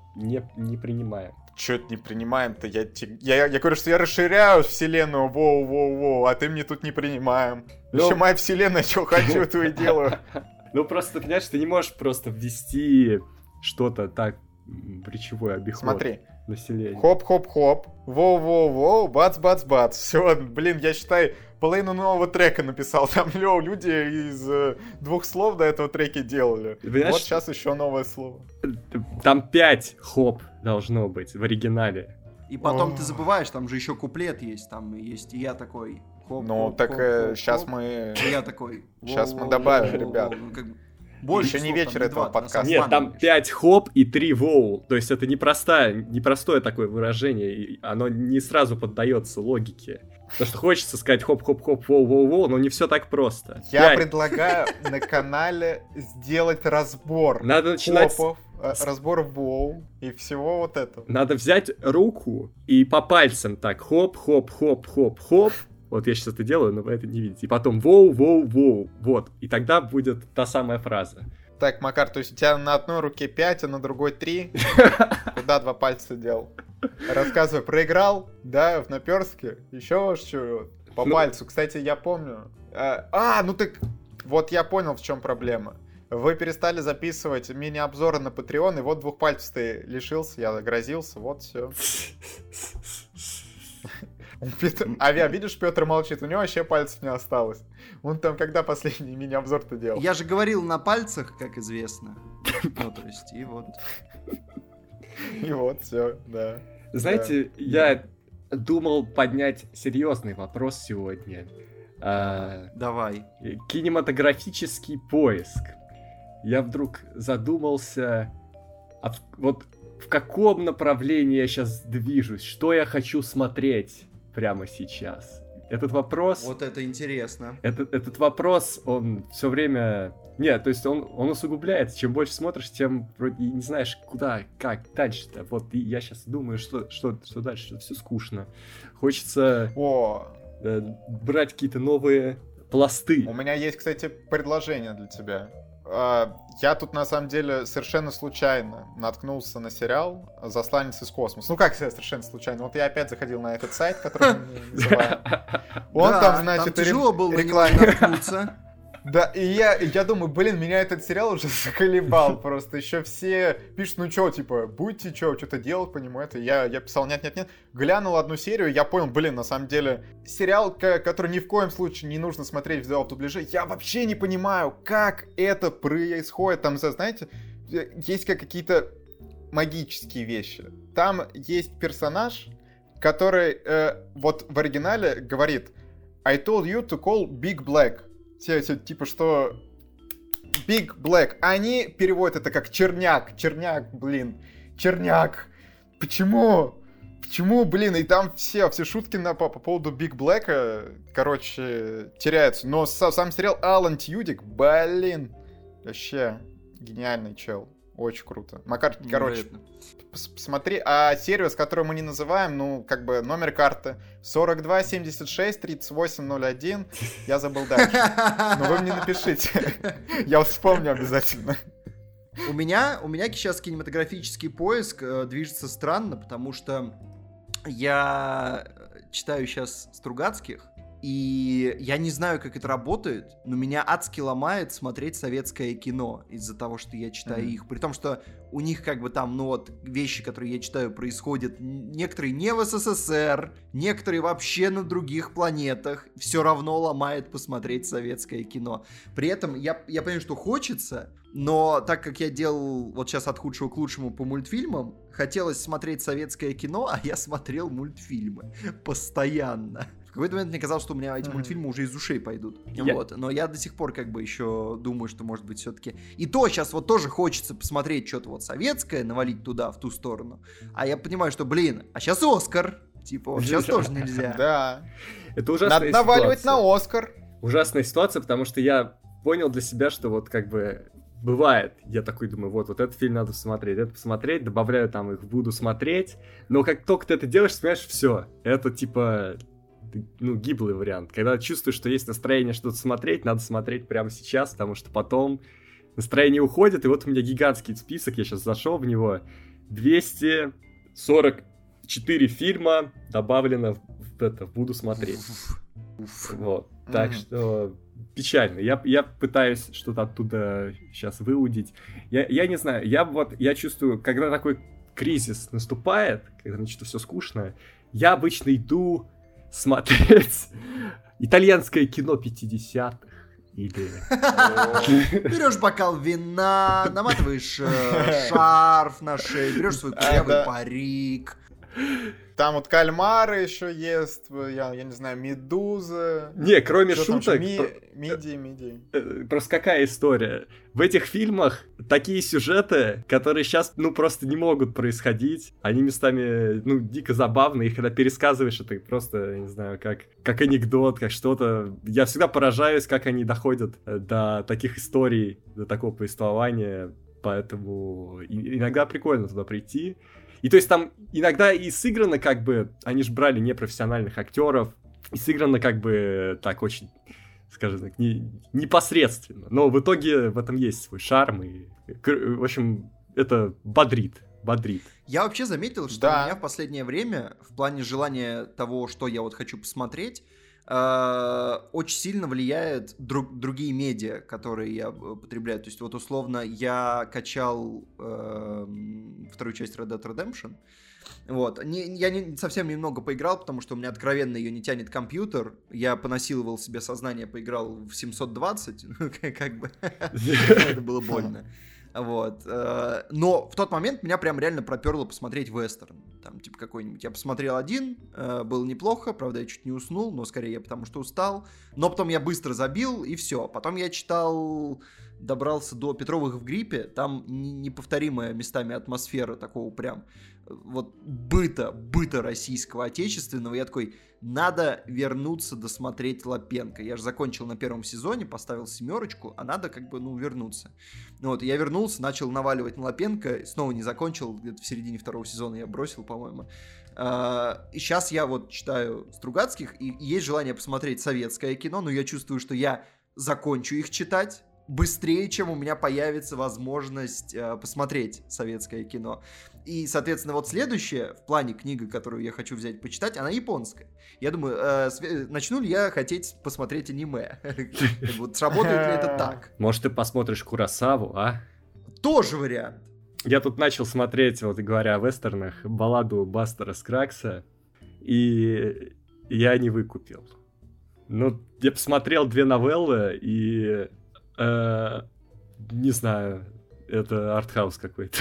S3: Не принимаем.
S2: Чё это не принимаем-то? Я говорю, что я расширяю вселенную, воу-воу-воу, а ты мне тут не принимаем.
S3: Ну-
S2: Вообще моя вселенная, что хочу, то и делаю.
S3: Ну просто, понимаешь, ты не можешь просто ввести что-то так в речевой обиход
S2: Смотри,
S3: населения.
S2: хоп-хоп-хоп, воу-воу-воу, бац-бац-бац. Все, блин, я считаю, половину нового трека написал. Там, люди из 2 слов до этого треки делали.
S3: Ты понимаешь,
S2: Вот сейчас еще новое слово.
S3: Там 5 хоп должно быть в оригинале.
S1: И потом
S2: О.
S1: ты забываешь, там же еще куплет есть, там есть и я такой. Хоп,
S2: Ну,
S1: хоп,
S2: так
S1: хоп, хоп,
S2: сейчас
S1: хоп.
S2: мы...
S1: И я такой.
S2: Щас
S1: воу,
S2: мы
S1: воу,
S2: добавим,
S1: воу,
S2: ребят.
S1: воу. Ну, как бы больше
S2: Еще не
S1: слов, там
S2: вечер
S1: не
S2: этого
S1: 2,
S2: подкаста.
S1: ты
S3: Нет, там
S1: обманываешь.
S3: 5 хоп и 3 воу. То есть это непростое такое выражение. И оно не сразу поддается логике. Потому что хочется сказать хоп-хоп-хоп, воу-воу-воу, но не все так просто.
S2: Я
S3: 5.
S2: предлагаю на канале сделать разбор
S3: Надо начинать
S2: хопов, разбор воу и всего вот этого.
S3: Надо взять руку и по пальцам так хоп-хоп-хоп-хоп-хоп. Вот я сейчас это делаю, но вы это не видите. И потом воу-воу-воу. Вот. И тогда будет та самая фраза.
S2: Так, Макар, то есть у тебя на одной руке 5, а на другой 3? Куда 2 пальца делал? Рассказывай, проиграл, да, в наперстке? Еще что? По
S3: Ну.
S2: пальцу. Кстати, я помню. Ну так, вот я понял, в чем проблема. Вы перестали записывать мини-обзоры на Patreon, и вот 2 пальцев ты лишился, я грозился, вот все. Видишь, Петр молчит, у него вообще пальцев не осталось. Он там когда последний мини-обзор-то делал?
S1: Я же говорил на пальцах, как известно. Ну, то есть, и вот.
S2: И вот, все, да.
S3: Знаете, я думал поднять серьезный вопрос сегодня.
S1: Давай.
S3: Кинематографический поиск. Я вдруг задумался, вот в каком направлении я сейчас движусь, что я хочу смотреть прямо сейчас. Этот вопрос...
S1: Вот это интересно.
S3: Этот вопрос, он все время... Нет, то есть он усугубляется. Чем больше смотришь, тем вроде и не знаешь, куда, как дальше-то. Вот и я сейчас думаю, что дальше, что все скучно. Хочется брать какие-то новые пласты.
S2: У меня есть, кстати, предложение для тебя. Я тут, на самом деле, совершенно случайно наткнулся на сериал «Засланец из космоса». Ну, как совершенно случайно? Вот я опять заходил на этот сайт, который мы называем. Он
S1: Да,
S2: там, значит,
S1: там тяжело было на него
S2: рекламе.
S1: наткнуться.
S2: Да, и я думаю, меня этот сериал уже заколебал просто. Еще все пишут, ну чё, типа, будете что-то делать по нему, это. Я писал, нет. Глянул одну серию, я понял, на самом деле, сериал, который ни в коем случае не нужно смотреть в дубляже. Я вообще не понимаю, как это происходит. Там, знаете, есть какие-то магические вещи. Там есть персонаж, который вот в оригинале говорит I told you to call Big Black. Типа, что Big Black. Они переводят это как черняк. Черняк. Почему? И там все шутки по поводу Big Black, короче, теряются. Но сам сериал Алан Тьюдик, вообще гениальный чел. Очень круто. Макар, короче,
S1: Невероятно.
S2: посмотри. А сервис, который мы не называем, ну, как бы номер карты 42 76 38 01. Я забыл дальше. Но вы мне напишите. Я вспомню обязательно.
S1: У меня сейчас кинематографический поиск движется странно, потому что я читаю сейчас Стругацких, и я не знаю, как это работает, но меня адски ломает смотреть советское кино из-за того, что я читаю их. При том, что у них как бы там, ну вот, вещи, которые я читаю, происходят некоторые не в СССР, некоторые вообще на других планетах. Все равно ломает посмотреть советское кино. При этом я понимаю, что хочется, но так как я делал вот сейчас от худшего к лучшему по мультфильмам, хотелось смотреть советское кино, а я смотрел мультфильмы постоянно. В какой-то момент мне казалось, что у меня эти мультфильмы уже из ушей пойдут. Вот. Но я до сих пор как бы еще думаю, что может быть все-таки... И то сейчас вот тоже хочется посмотреть что-то вот советское, навалить туда, в ту сторону. А я понимаю, что, блин, а сейчас Оскар. Типа, вот сейчас тоже нельзя.
S2: Да.
S3: Это ужасная
S2: Надо наваливать
S3: ситуация.
S2: на Оскар.
S3: Ужасная ситуация, потому что я понял для себя, что вот как бы бывает, я такой думаю, вот этот фильм надо посмотреть, это посмотреть, добавляю там их, буду смотреть, но как только ты это делаешь, понимаешь, все, это типа, ну, гиблый вариант. Когда чувствуешь, что есть настроение что-то смотреть, надо смотреть прямо сейчас, потому что потом настроение уходит, и вот у меня гигантский список, я сейчас зашел в него, 244 фильма добавлено в это, буду смотреть. Вот, так что печально. Я пытаюсь что-то оттуда сейчас выудить. Я не знаю, я чувствую, когда такой кризис наступает, когда начинается все скучно, я обычно иду смотреть итальянское кино 50-х. Или...
S1: Берешь бокал вина, наматываешь шарф на шею, берешь свой кудрявый парик.
S2: Там вот кальмары еще ест, я не знаю, медузы.
S3: Не, кроме
S2: что
S3: шуток...
S2: Мидии.
S3: Просто какая история? В этих фильмах такие сюжеты, которые сейчас, ну, просто не могут происходить. Они местами, ну, дико забавные. И когда пересказываешь, это просто, я не знаю, как анекдот, как что-то. Я всегда поражаюсь, как они доходят до таких историй, до такого повествования. Поэтому иногда прикольно туда прийти. И то есть там иногда и сыграно как бы, они же брали непрофессиональных актеров, и сыграно как бы так очень, скажем так, непосредственно. Но в итоге в этом есть свой шарм, и, в общем, это бодрит.
S1: Я вообще заметил, что у меня в последнее время, в плане желания того, что я вот хочу посмотреть, очень сильно влияет другие медиа, которые я потребляю. То есть вот условно я качал вторую часть Red Dead Redemption. Вот. Я совсем немного поиграл, потому что у меня откровенно ее не тянет компьютер. Я понасиловал себе сознание, поиграл в 720. Как бы это было больно. Вот. Но в тот момент меня прям реально проперло посмотреть вестерн. Там, типа, какой-нибудь. Я посмотрел один, было неплохо, правда, я чуть не уснул, но скорее я потому что устал. Но потом я быстро забил, и все. Потом я добрался до Петровых в гриппе. Там неповторимая местами атмосфера такого прям вот быта российского, отечественного. Я такой, надо вернуться досмотреть Лапенко. Я же закончил на первом сезоне, поставил 7, а надо как бы, ну, вернуться. Вот, я вернулся, начал наваливать на Лапенко, снова не закончил, где-то в середине 2 сезона я бросил, по-моему. И сейчас я вот читаю Стругацких, и есть желание посмотреть советское кино, но я чувствую, что я закончу их читать быстрее, чем у меня появится возможность посмотреть советское кино. И, соответственно, вот следующее в плане книга, которую я хочу взять почитать, она японская. Я думаю, начну ли я хотеть посмотреть аниме? Вот сработает ли это так?
S3: Может, ты посмотришь Куросаву, а?
S1: Тоже вариант.
S3: Я тут начал смотреть, вот говоря о вестернах, балладу Бастера Скраггса, и я не выкупил. Ну, я посмотрел 2 новеллы, и... не знаю, это артхаус какой-то.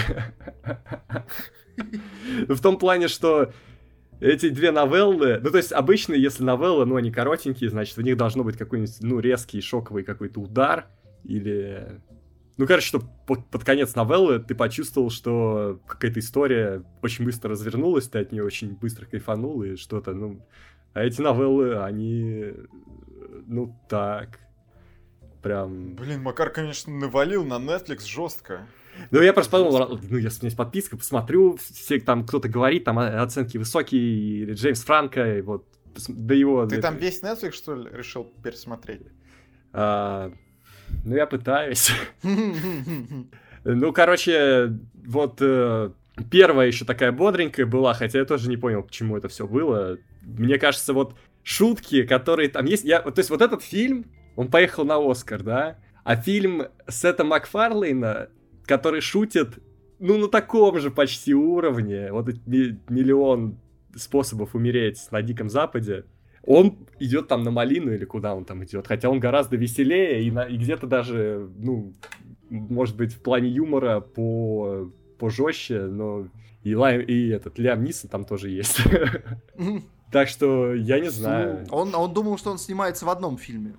S3: В том плане, что эти 2 новеллы... Ну, то есть, обычно, если новеллы, ну, они коротенькие, значит, в них должно быть какой-нибудь, ну, резкий, шоковый какой-то удар, или... Ну, короче, что под конец новеллы ты почувствовал, что какая-то история очень быстро развернулась, ты от нее очень быстро кайфанул, и что-то, ну... А эти новеллы, они... Ну, так... Прям...
S2: Блин, Макар, конечно, навалил на Netflix жестко.
S3: Ну, я просто подумал, ну, если у меня есть подписка, посмотрю, все там кто-то говорит, там оценки высокие, и Джеймс Франко, и вот, да его...
S2: Ты там весь Netflix, что ли, решил пересмотреть?
S3: Ну, я пытаюсь. Ну, короче, вот первая еще такая бодренькая была, хотя я тоже не понял, к чему это все было. Мне кажется, вот шутки, которые там есть... То есть вот этот фильм, он поехал на Оскар, да? А фильм Сета Макфарлейна, который шутит, ну, на таком же почти уровне, вот «Миллион способов умереть на Диком Западе», он идет там на малину или куда он там идет, хотя он гораздо веселее и где-то даже, ну, может быть, в плане юмора пожестче, но и Лиам Нисон там тоже есть. Так что я не знаю.
S1: Он думал, что он снимается в одном фильме.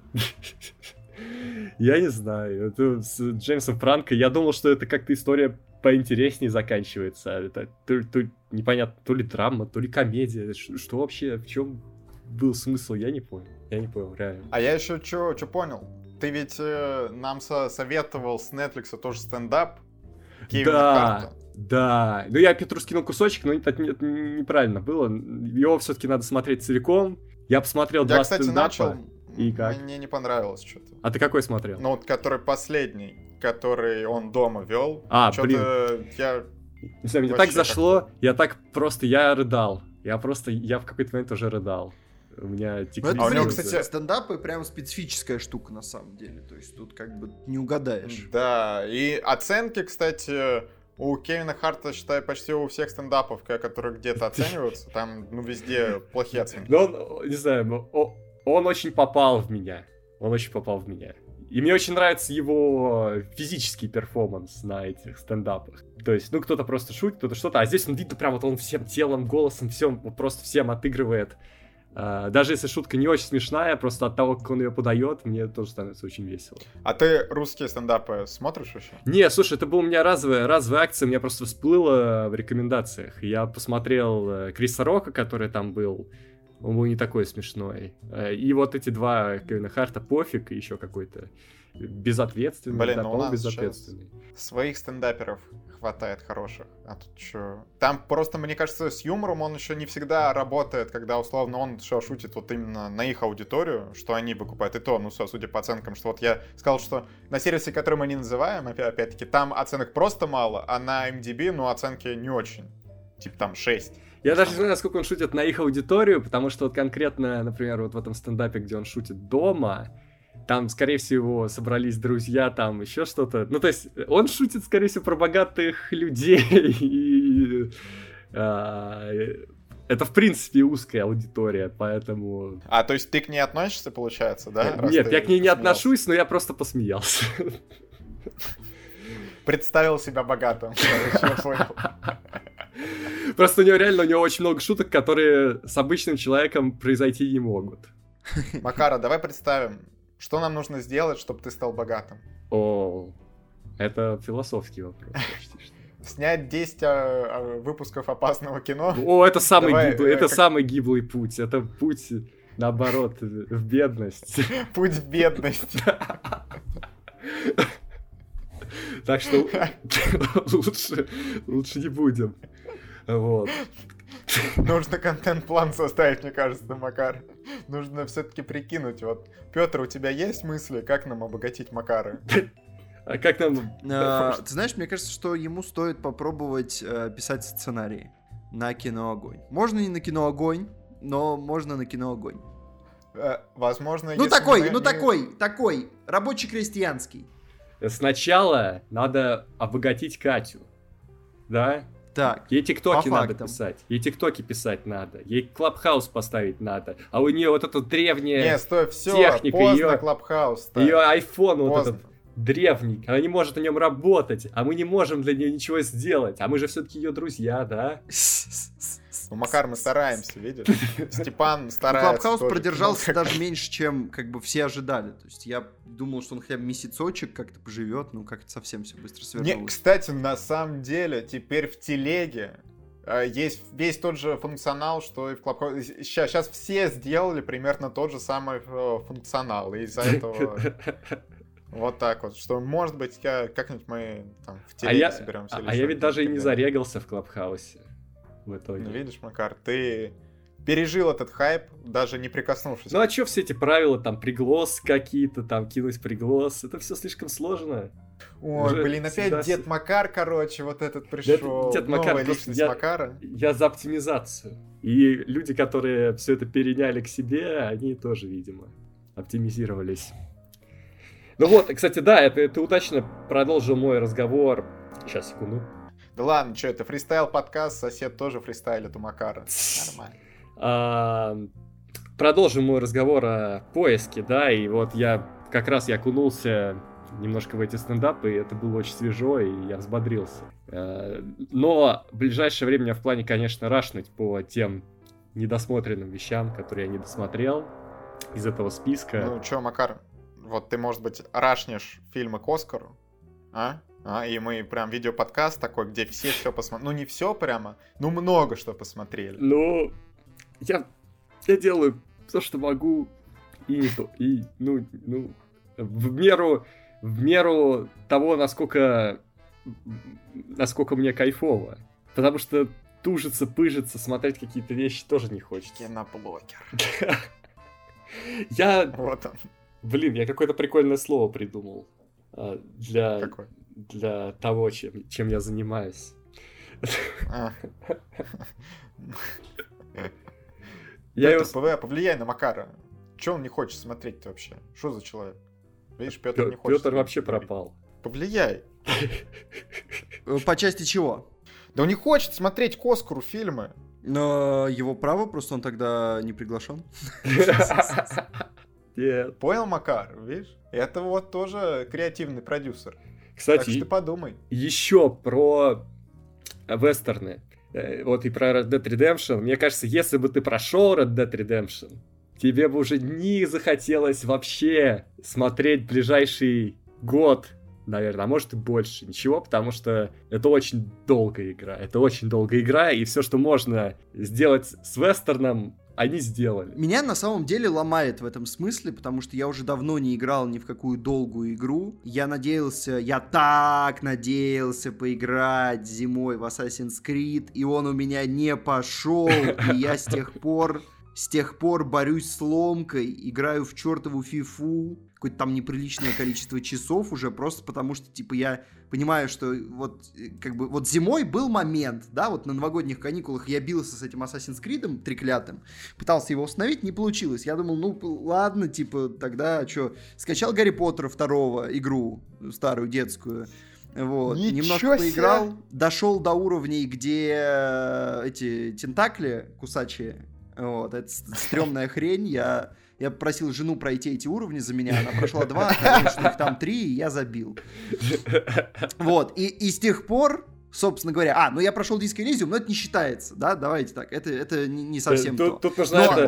S3: Я не знаю. Это с Джеймсом Франко. Я думал, что это как-то история поинтереснее заканчивается. Это непонятно, то ли драма, то ли комедия. Что вообще, в чем был смысл, я не понял. Я не понял, реально.
S2: А я еще что понял? Ты ведь нам советовал с Netflix тоже стендап Кевина Харта.
S3: Да. Ну, я Петру скинул кусочек, но это неправильно было. Его все-таки надо смотреть целиком. Я посмотрел два стендапа.
S2: Начал,
S3: и как?
S2: Мне не понравилось что-то.
S3: А ты какой смотрел?
S2: Ну, вот который последний, который он дома вел.
S3: Что-то не знаю, мне так зашло, я рыдал. Я в какой-то момент уже рыдал. У меня текли...
S1: у него, кстати, стендапы прям специфическая штука на самом деле. То есть тут как бы не угадаешь.
S2: Да, и оценки, кстати, у Кевина Харта, считай, почти у всех стендапов, которые где-то оцениваются, там, ну, везде плохие оценки.
S3: Ну, он, не знаю, он очень попал в меня. И мне очень нравится его физический перформанс на этих стендапах. То есть, ну, кто-то просто шутит, кто-то что-то, а здесь он видно прям вот он всем телом, голосом, всем, просто всем отыгрывает. Даже если шутка не очень смешная, просто от того, как он ее подает, мне тоже становится очень весело.
S2: А ты русские стендапы смотришь вообще?
S3: Не, слушай, это была у меня разовая акция, у меня просто всплыло в рекомендациях. Я посмотрел Криса Рока, который там был, он был не такой смешной. И вот эти два Кевина Харта, пофиг, и еще какой-то безответственный.
S2: Блин,
S3: да,
S2: ну у нас
S3: безответственный.
S2: Своих стендаперов хватает хороших. А тут что? Там просто, мне кажется, с юмором он еще не всегда работает, когда условно он шутит вот именно на их аудиторию, что они покупают. И то, ну, судя по оценкам, что вот я сказал, что на сервисе, который мы не называем, опять-таки, там оценок просто мало, а на MDB, ну, оценки не очень. Типа там 6.
S3: Я даже не знаю, насколько он шутит на их аудиторию, потому что вот конкретно, например, вот в этом стендапе, где он шутит дома, там, скорее всего, собрались друзья, там еще что-то. Ну, то есть, он шутит, скорее всего, про богатых людей. И это, в принципе, узкая аудитория, поэтому...
S2: А, то есть ты к ней относишься, получается, да?
S3: Нет, я к ней не отношусь, но я просто посмеялся.
S2: Представил себя богатым. Я понял.
S3: Просто у него очень много шуток, которые с обычным человеком произойти не могут.
S2: Макара, давай представим, что нам нужно сделать, чтобы ты стал богатым?
S3: О, это философский вопрос почти что.
S2: Снять 10 выпусков опасного кино?
S3: О, это самый гиблый путь. Это путь, наоборот, в бедность.
S2: Путь в бедность.
S3: Так что лучше не будем. Вот.
S2: Нужно контент-план составить, мне кажется, Макар. Нужно все-таки прикинуть. Вот, Петр, у тебя есть мысли, как нам обогатить Макара?
S3: А как нам...
S1: Ты знаешь, мне кажется, что ему стоит попробовать писать сценарии на Киноогонь. Можно не на Киноогонь, но можно на Киноогонь.
S2: Возможно,
S1: ну такой, рабочий-крестьянский.
S3: Сначала надо обогатить Катю, да?
S1: Так,
S3: ей тиктоки надо писать, ей тиктоки писать надо, ей Клабхаус поставить надо, а у нее вот эта древняя техника,
S2: поздно Клабхаус,
S3: ее айфон вот этот древний, она не может на нем работать, а мы не можем для нее ничего сделать, а мы же все-таки ее друзья, да?
S2: Ну, Макар, мы стараемся, видишь? Степан старается.
S1: Клабхаус продержался даже меньше, чем как бы все ожидали. То есть я думал, что он хотя бы месяцочек как-то поживет, но как-то совсем все быстро свернулось.
S2: Не, кстати, на самом деле, теперь в телеге есть весь тот же функционал, что и в Клабхаусе. Сейчас все сделали примерно тот же самый функционал, и из-за этого... Вот так вот, что, может быть, как-нибудь мы там в телеге соберемся.
S3: А я ведь даже и не зарегался в Клабхаусе в итоге.
S2: Ну, видишь, Макар, ты пережил этот хайп, даже не прикоснувшись.
S3: Ну, а чё все эти правила, там, приглас какие-то, там, кинуть приглас, это все слишком сложно.
S2: Ой,
S3: Уже
S2: блин, опять Дед Макар, короче, вот этот пришел.
S3: Дед Макар,
S2: новая личность Макара.
S3: Я за оптимизацию. И люди, которые все это переняли к себе, они тоже, видимо, оптимизировались. Ну вот, кстати, да, ты удачно продолжил мой разговор. Сейчас, секунду.
S2: Да ладно, что это, фристайл-подкаст, сосед тоже фристайлит у Макара. Нормально.
S3: Продолжим мой разговор о поиске, да, и вот я окунулся немножко в эти стендапы, и это было очень свежо, и я взбодрился. Но в ближайшее время у меня в плане, конечно, рашнуть по тем недосмотренным вещам, которые я не досмотрел из этого списка.
S2: Ну чё, Макар, вот ты, может быть, рашнешь фильмы к Оскару, и мы прям видеоподкаст такой, где все посмотрели. Ну, не все прямо, но много что посмотрели.
S3: Ну, я делаю все, что могу, и в меру того, насколько мне кайфово. Потому что тужиться, пыжиться, смотреть какие-то вещи тоже не хочется.
S2: Киноблогер.
S3: Вот он. Блин, я какое-то прикольное слово придумал. Для того, чем я занимаюсь.
S2: Повлияй на Макара. Че он не хочет смотреть-то вообще? Что за человек? Видишь, Петр не хочет.
S3: Петр вообще пропал.
S2: Повлияй.
S1: По части чего?
S2: Да он не хочет смотреть к Оскару фильмы.
S1: Но его право, просто он тогда не приглашен.
S3: Нет.
S2: Понял, Макар, видишь? Это вот тоже креативный продюсер.
S3: Кстати,
S2: так что ты подумай.
S3: Еще про вестерны. Вот и про Red Dead Redemption. Мне кажется, если бы ты прошел Red Dead Redemption, тебе бы уже не захотелось вообще смотреть ближайший год, наверное, а может и больше. Ничего, потому что это очень долгая игра. И все, что можно сделать с вестерном, они сделали.
S1: Меня на самом деле ломает в этом смысле, потому что я уже давно не играл ни в какую долгую игру. Я так надеялся поиграть зимой в Assassin's Creed, и он у меня не пошел, и я с тех пор борюсь с ломкой, играю в чертову фифу, какое-то там неприличное количество часов уже, просто потому что, типа, я понимаю, что вот зимой был момент, да, вот на новогодних каникулах я бился с этим Assassin's Creed'ом треклятым, пытался его установить, не получилось. Я думал, ну, ладно, типа, тогда что, скачал Гарри Поттера 2 игру, старую, детскую, вот, немножко поиграл, дошел до уровней, где эти тентакли кусачие. Вот, это стрёмная хрень, я попросил жену пройти эти уровни за меня, она прошла 2, оказалось, что их там 3, и я забил. Вот, и с тех пор, собственно говоря, я прошел Disco Elysium, но это не считается, да, давайте так, это не совсем то.
S3: Тут нужно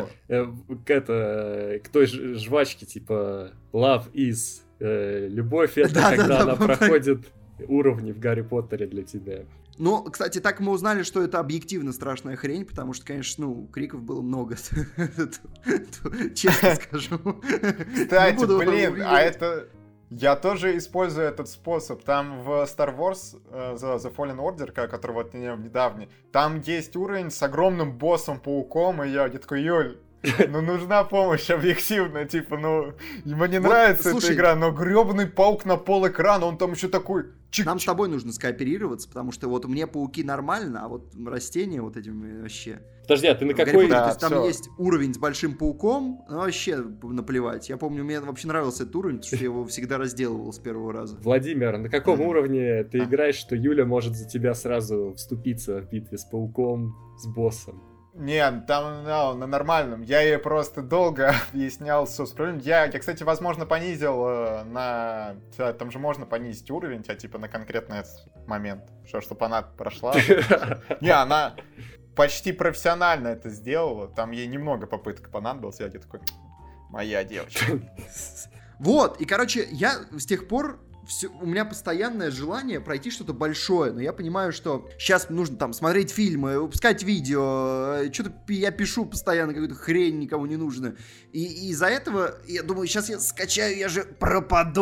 S3: к той жвачке, типа, love is, любовь это когда она проходит уровни в Гарри Поттере для тебя.
S1: Ну, кстати, так мы узнали, что это объективно страшная хрень, потому что, конечно, криков было много. Честно скажу.
S2: Кстати, блин, а это... Я тоже использую этот способ. Там в Star Wars The Fallen Order, который вот недавний, там есть уровень с огромным боссом-пауком, и я такой, Юль, ну нужна помощь объективно, типа, ну, мне нравится эта игра, но гребаный паук на пол экрана, он там еще такой...
S1: Нам с тобой нужно скооперироваться, потому что вот мне пауки нормально, а вот растения вот этими вообще...
S3: Подожди, а ты на какой...
S1: то есть там есть уровень с большим пауком, ну вообще наплевать. Я помню, мне вообще нравился этот уровень, потому что я его всегда разделывал с первого раза.
S3: Владимир, на каком уровне ты играешь, что Юля может за тебя сразу вступиться в битве с пауком, с боссом?
S2: Нет, там на нормальном. Я ей просто долго объяснял все с проблемой. Я, кстати, возможно, понизил на... Там же можно понизить уровень, типа на конкретный момент. Чтобы она прошла. Не, она почти профессионально это сделала. Там ей немного попыток понадобилось. Я такой, моя девочка.
S1: Вот, и, короче, я с тех пор... у меня постоянное желание пройти что-то большое, но я понимаю, что сейчас нужно там смотреть фильмы, выпускать видео, что-то я пишу постоянно, какую-то хрень никому не нужно. И из-за этого, я думаю, сейчас я скачаю, я же пропаду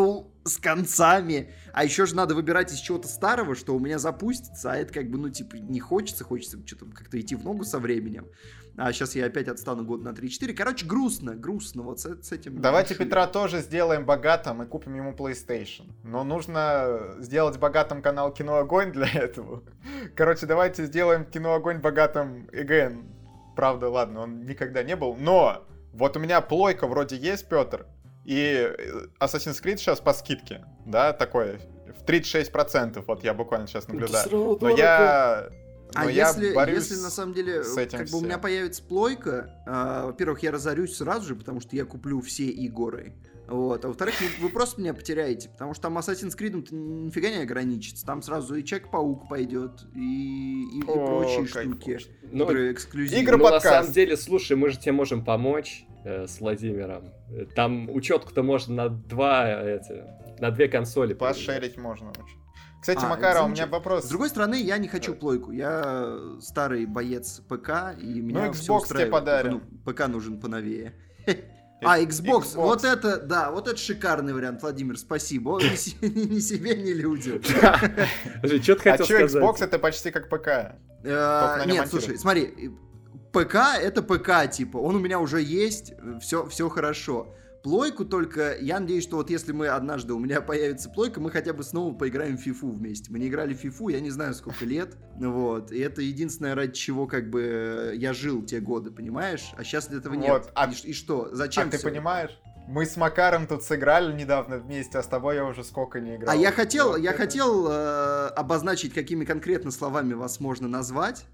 S1: с концами. А еще же надо выбирать из чего-то старого, что у меня запустится, а это как бы, не хочется что-то как-то идти в ногу со временем. А сейчас я опять отстану год на 3-4. Короче, грустно вот с этим.
S2: Давайте Петра тоже сделаем богатым и купим ему PlayStation. Но нужно сделать богатым канал Кино Огонь для этого. Короче, давайте сделаем Кино Огонь богатым ИГН. Правда, ладно, он никогда не был. Но вот у меня плойка вроде есть, Петр. И Assassin's Creed сейчас по скидке. Да, такое. В 36%. Вот я буквально сейчас наблюдаю. Но я
S1: если на самом деле
S2: с этим
S1: как бы у меня появится плойка, во-первых, я разорюсь сразу же, потому что я куплю все игры. Вот. А во-вторых, вы просто меня потеряете, потому что там Assassin's Creed нифига не ограничится. Там сразу и Человек-паук пойдет, и прочие штуки, которые эксклюзивные.
S3: Игры на самом деле, слушай, мы же тебе можем помочь с Владимиром. Там учетку-то можно на две консоли.
S2: Пошерить можно очень. Кстати, Макара, у меня вопрос.
S1: С другой стороны, я не хочу плойку. Я старый боец ПК, и меня все
S2: Xbox
S1: устраивает.
S2: тебе подарим.
S1: ПК нужен поновее. Xbox. Вот это шикарный вариант, Владимир, спасибо. Ни себе, ни людям.
S3: Что ты хотел сказать?
S2: Xbox это почти как ПК.
S1: Нет, слушай, смотри, ПК это ПК, типа, он у меня уже есть, все хорошо. Плойку только, я надеюсь, что вот если однажды у меня появится плойка, мы хотя бы снова поиграем в фифу вместе. Мы не играли в фифу, я не знаю сколько лет, вот, и это единственное, ради чего как бы я жил те годы, понимаешь? А сейчас этого нет. И что? Зачем
S2: ты понимаешь? Мы с Макаром тут сыграли недавно вместе, а с тобой я уже сколько не играл.
S1: А я хотел обозначить, какими конкретно словами вас можно назвать.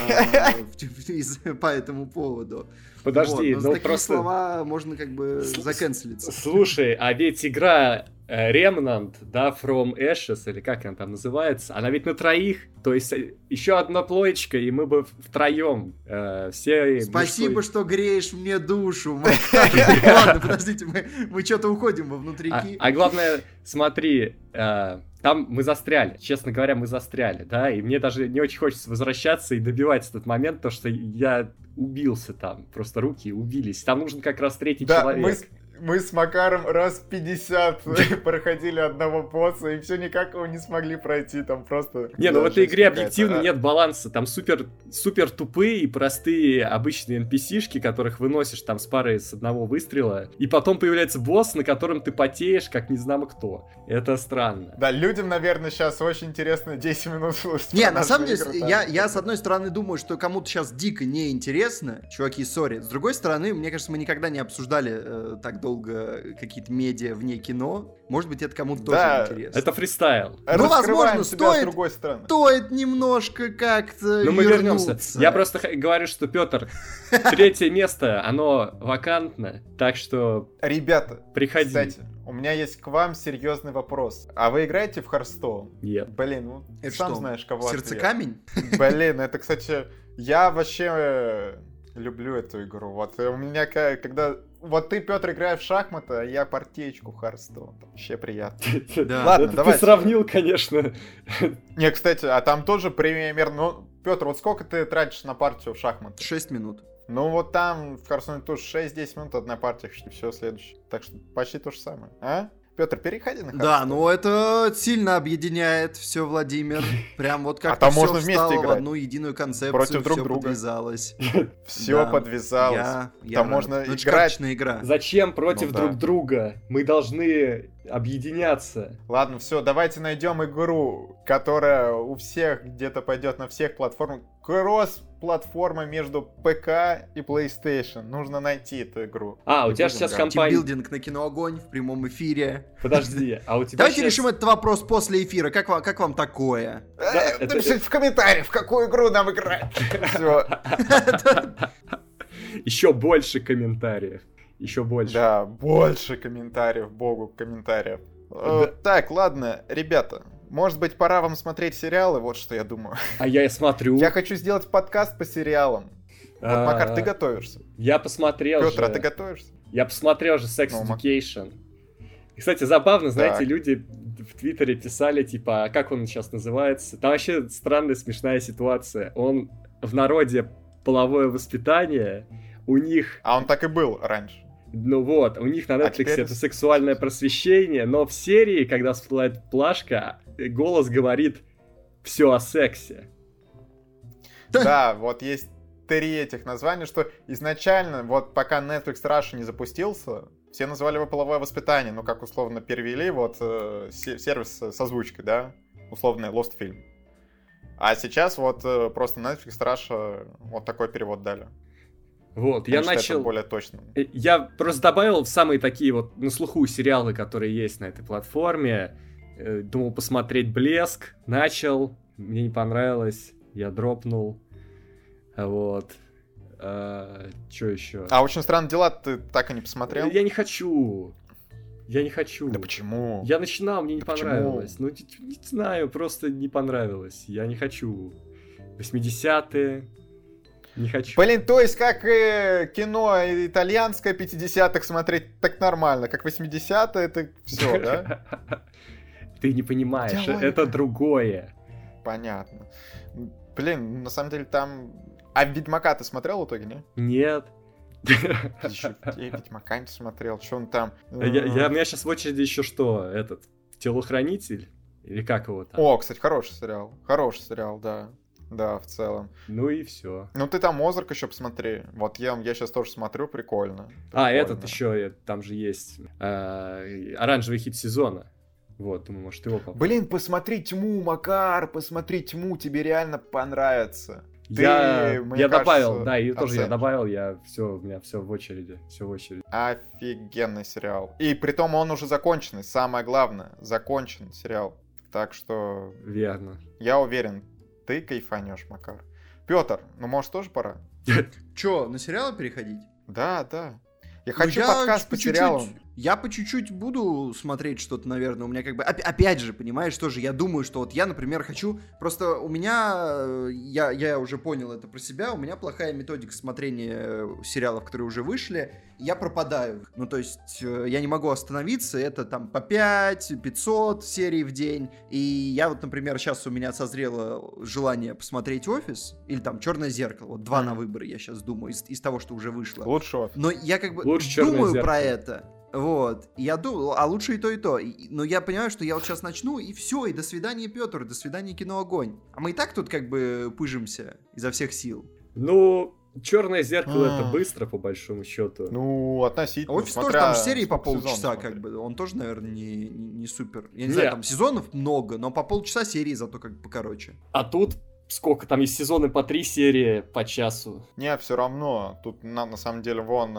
S1: По этому поводу.
S3: Подожди,
S1: вот, но такие слова можно как бы заканцелиться.
S3: Слушай, а ведь игра Remnant, да, From Ashes, или как она там называется, она ведь на троих, то есть еще одна плоечка, и мы бы втроем все...
S1: Спасибо, что греешь мне душу. Ладно, подождите, мы что-то уходим во внутрики.
S3: А главное, смотри, там мы застряли, честно говоря, да, и мне даже не очень хочется возвращаться и добивать этот момент, потому что я убился там, просто руки убились. Там нужен как раз третий человек.
S2: Мы с Макаром раз 50 проходили одного босса, и все никак его не смогли пройти, там просто...
S3: Не, ну в этой игре объективно нет баланса, там супер тупые и простые обычные NPC-шки, которых выносишь там с парой с одного выстрела, и потом появляется босс, на котором ты потеешь, как незнамо кто. Это странно.
S2: Да, людям, наверное, сейчас очень интересно 10 минут слушать.
S1: Не, на самом деле, я с одной стороны думаю, что кому-то сейчас дико неинтересно, чуваки, сори. С другой стороны, мне кажется, мы никогда не обсуждали так долго какие-то медиа вне кино. Может быть, это кому-то тоже интересно.
S3: Это фристайл.
S1: Ну, возможно, стоит немножко как-то
S3: мы вернемся. Я просто говорю, что, Петр, третье место, оно вакантно, так что...
S2: Ребята,
S3: приходи.
S2: Кстати, у меня есть к вам серьезный вопрос. А вы играете в Hearthstone?
S3: Нет.
S2: Блин, ну
S1: это
S2: сам
S1: что,
S2: знаешь, кого
S1: сердцекамень?
S2: Блин, это, кстати, я вообще люблю эту игру. Вот у меня когда... Вот ты, Петр, играешь в шахматы, а я партиечку в Hearthstone. Вообще приятно.
S3: Ладно, давай. Ты сравнил, конечно.
S2: Не, кстати, а там тоже примерно... Ну, Петр, вот сколько ты тратишь на партию в шахматы?
S1: 6 минут.
S2: Ну вот там в Hearthstone тоже 6-10 минут одна партия, все следующее. Так что почти то же самое. А? Петр, переходи на Hearthstone.
S1: Да, ну это сильно объединяет все, Владимир. Прям вот как-то
S2: там
S1: все
S2: можно вместе
S1: встало
S2: играть.
S1: в одну единую концепцию,
S2: против друг
S1: все
S2: друга.
S1: подвязалось.
S2: Все подвязалось. Там можно играть.
S1: Игра.
S3: Зачем против друг друга? Мы должны объединяться.
S2: Ладно, все, давайте найдем игру, которая у всех где-то пойдет на всех платформах. Кросс-платформа между ПК и PlayStation. Нужно найти эту игру.
S3: У тебя же сейчас компания...
S1: Тимбилдинг на Кино Огонь в прямом эфире.
S3: Подожди, а у тебя
S1: Давайте решим этот вопрос после эфира. Как вам такое?
S2: Напишите в комментариях, в какую игру нам играть. Все.
S3: Еще больше комментариев. Еще больше.
S2: Да, больше комментариев, богу комментариев. Так, ладно, ребята, может быть, пора вам смотреть сериалы, вот что я думаю.
S3: А я смотрю.
S2: Я хочу сделать подкаст по сериалам. Вот, Макар, ты готовишься?
S3: Я посмотрел
S2: Петр, а ты готовишься?
S3: Я посмотрел же Sex Education. И, кстати, забавно, знаете, люди в Твиттере писали, типа, а как он сейчас называется? Там вообще странная, смешная ситуация. Он в народе половое воспитание, у них...
S2: А он так и был раньше.
S3: Ну вот, у них на Netflix
S2: теперь...
S3: это сексуальное просвещение, но в серии, когда всплывает плашка, голос говорит все о сексе.
S2: Да, вот есть 3 этих названия, что изначально, вот пока Netflix Russia не запустился, все называли его половое воспитание, ну как условно перевели вот сервис с озвучкой, да, условный Lost Film. А сейчас вот просто Netflix Russia вот такой перевод дали.
S3: Вот,
S2: я
S3: начал...
S2: Это более точно.
S3: Я просто добавил в самые такие вот на слуху сериалы, которые есть на этой платформе. Думал посмотреть «Блеск», начал, мне не понравилось, я дропнул. Вот. Что еще?
S2: А «Очень странные дела» ты так и не посмотрел?
S3: Я не хочу.
S2: Да почему?
S3: Я начинал, мне не понравилось. Ну, не знаю, просто не понравилось. Я не хочу. 80-е. Не хочу.
S2: Блин, то есть как кино итальянское 50-х смотреть так нормально, как 80-е, это все, да?
S3: Ты не понимаешь, это другое.
S2: Понятно. Блин, на самом деле там... А «Ведьмака» ты смотрел в итоге, не?
S3: Нет.
S2: Еще «Ведьмака» не смотрел, что он там...
S3: У меня сейчас в очереди еще что, этот, «Телохранитель»? Или как его там?
S2: О, кстати, хороший сериал, да. Да, в целом.
S3: Ну и все.
S2: Ну ты там «Озарк» еще посмотри. Вот я сейчас тоже смотрю, прикольно.
S3: Этот еще, там же есть оранжевый хит сезона. Вот, думаю, может его попробовать.
S2: Блин, посмотри «Тьму», Макар, посмотри «Тьму», тебе реально понравится.
S3: Я добавил, да, и тоже я добавил, у меня все в очереди,
S2: Офигенный сериал. И притом он уже законченный, самое главное, закончен сериал. Так что...
S3: Верно.
S2: Я уверен, ты кайфанешь, Макар. Петр, ну может тоже пора?
S1: Че, на сериалы переходить?
S2: Да. Я хочу подкаст по сериалам.
S1: Я по чуть-чуть буду смотреть что-то, наверное. У меня как бы... Опять же, понимаешь, тоже я думаю, что вот я, например, хочу... Просто у меня... Я уже понял это про себя. У меня плохая методика смотрения сериалов, которые уже вышли. Я пропадаю. Ну, то есть, я не могу остановиться. Это там по 500 серий в день. И я вот, например, сейчас у меня созрело желание посмотреть «Офис». Или там «Черное зеркало». Вот 2 на выбор, я сейчас думаю, из того, что уже вышло.
S2: Лучше «Офис».
S1: Но я как бы
S3: Лучше
S1: думаю про это. Вот, я думал, а лучше и то, и то. Но я понимаю, что я вот сейчас начну, и все, и до свидания, Петр, до свидания, кино «Огонь». А мы и так тут как бы пыжимся изо всех сил.
S3: Ну, «Черное зеркало» это быстро, по большому счету.
S2: Ну, относительно.
S1: «Офис» тоже там серии по полчаса, как бы, он тоже, наверное, не супер. Я не знаю, там сезонов много, но по полчаса серии зато как бы покороче.
S3: А тут... Сколько там есть сезоны по 3 серии по часу?
S2: Не, все равно. Тут на самом деле вон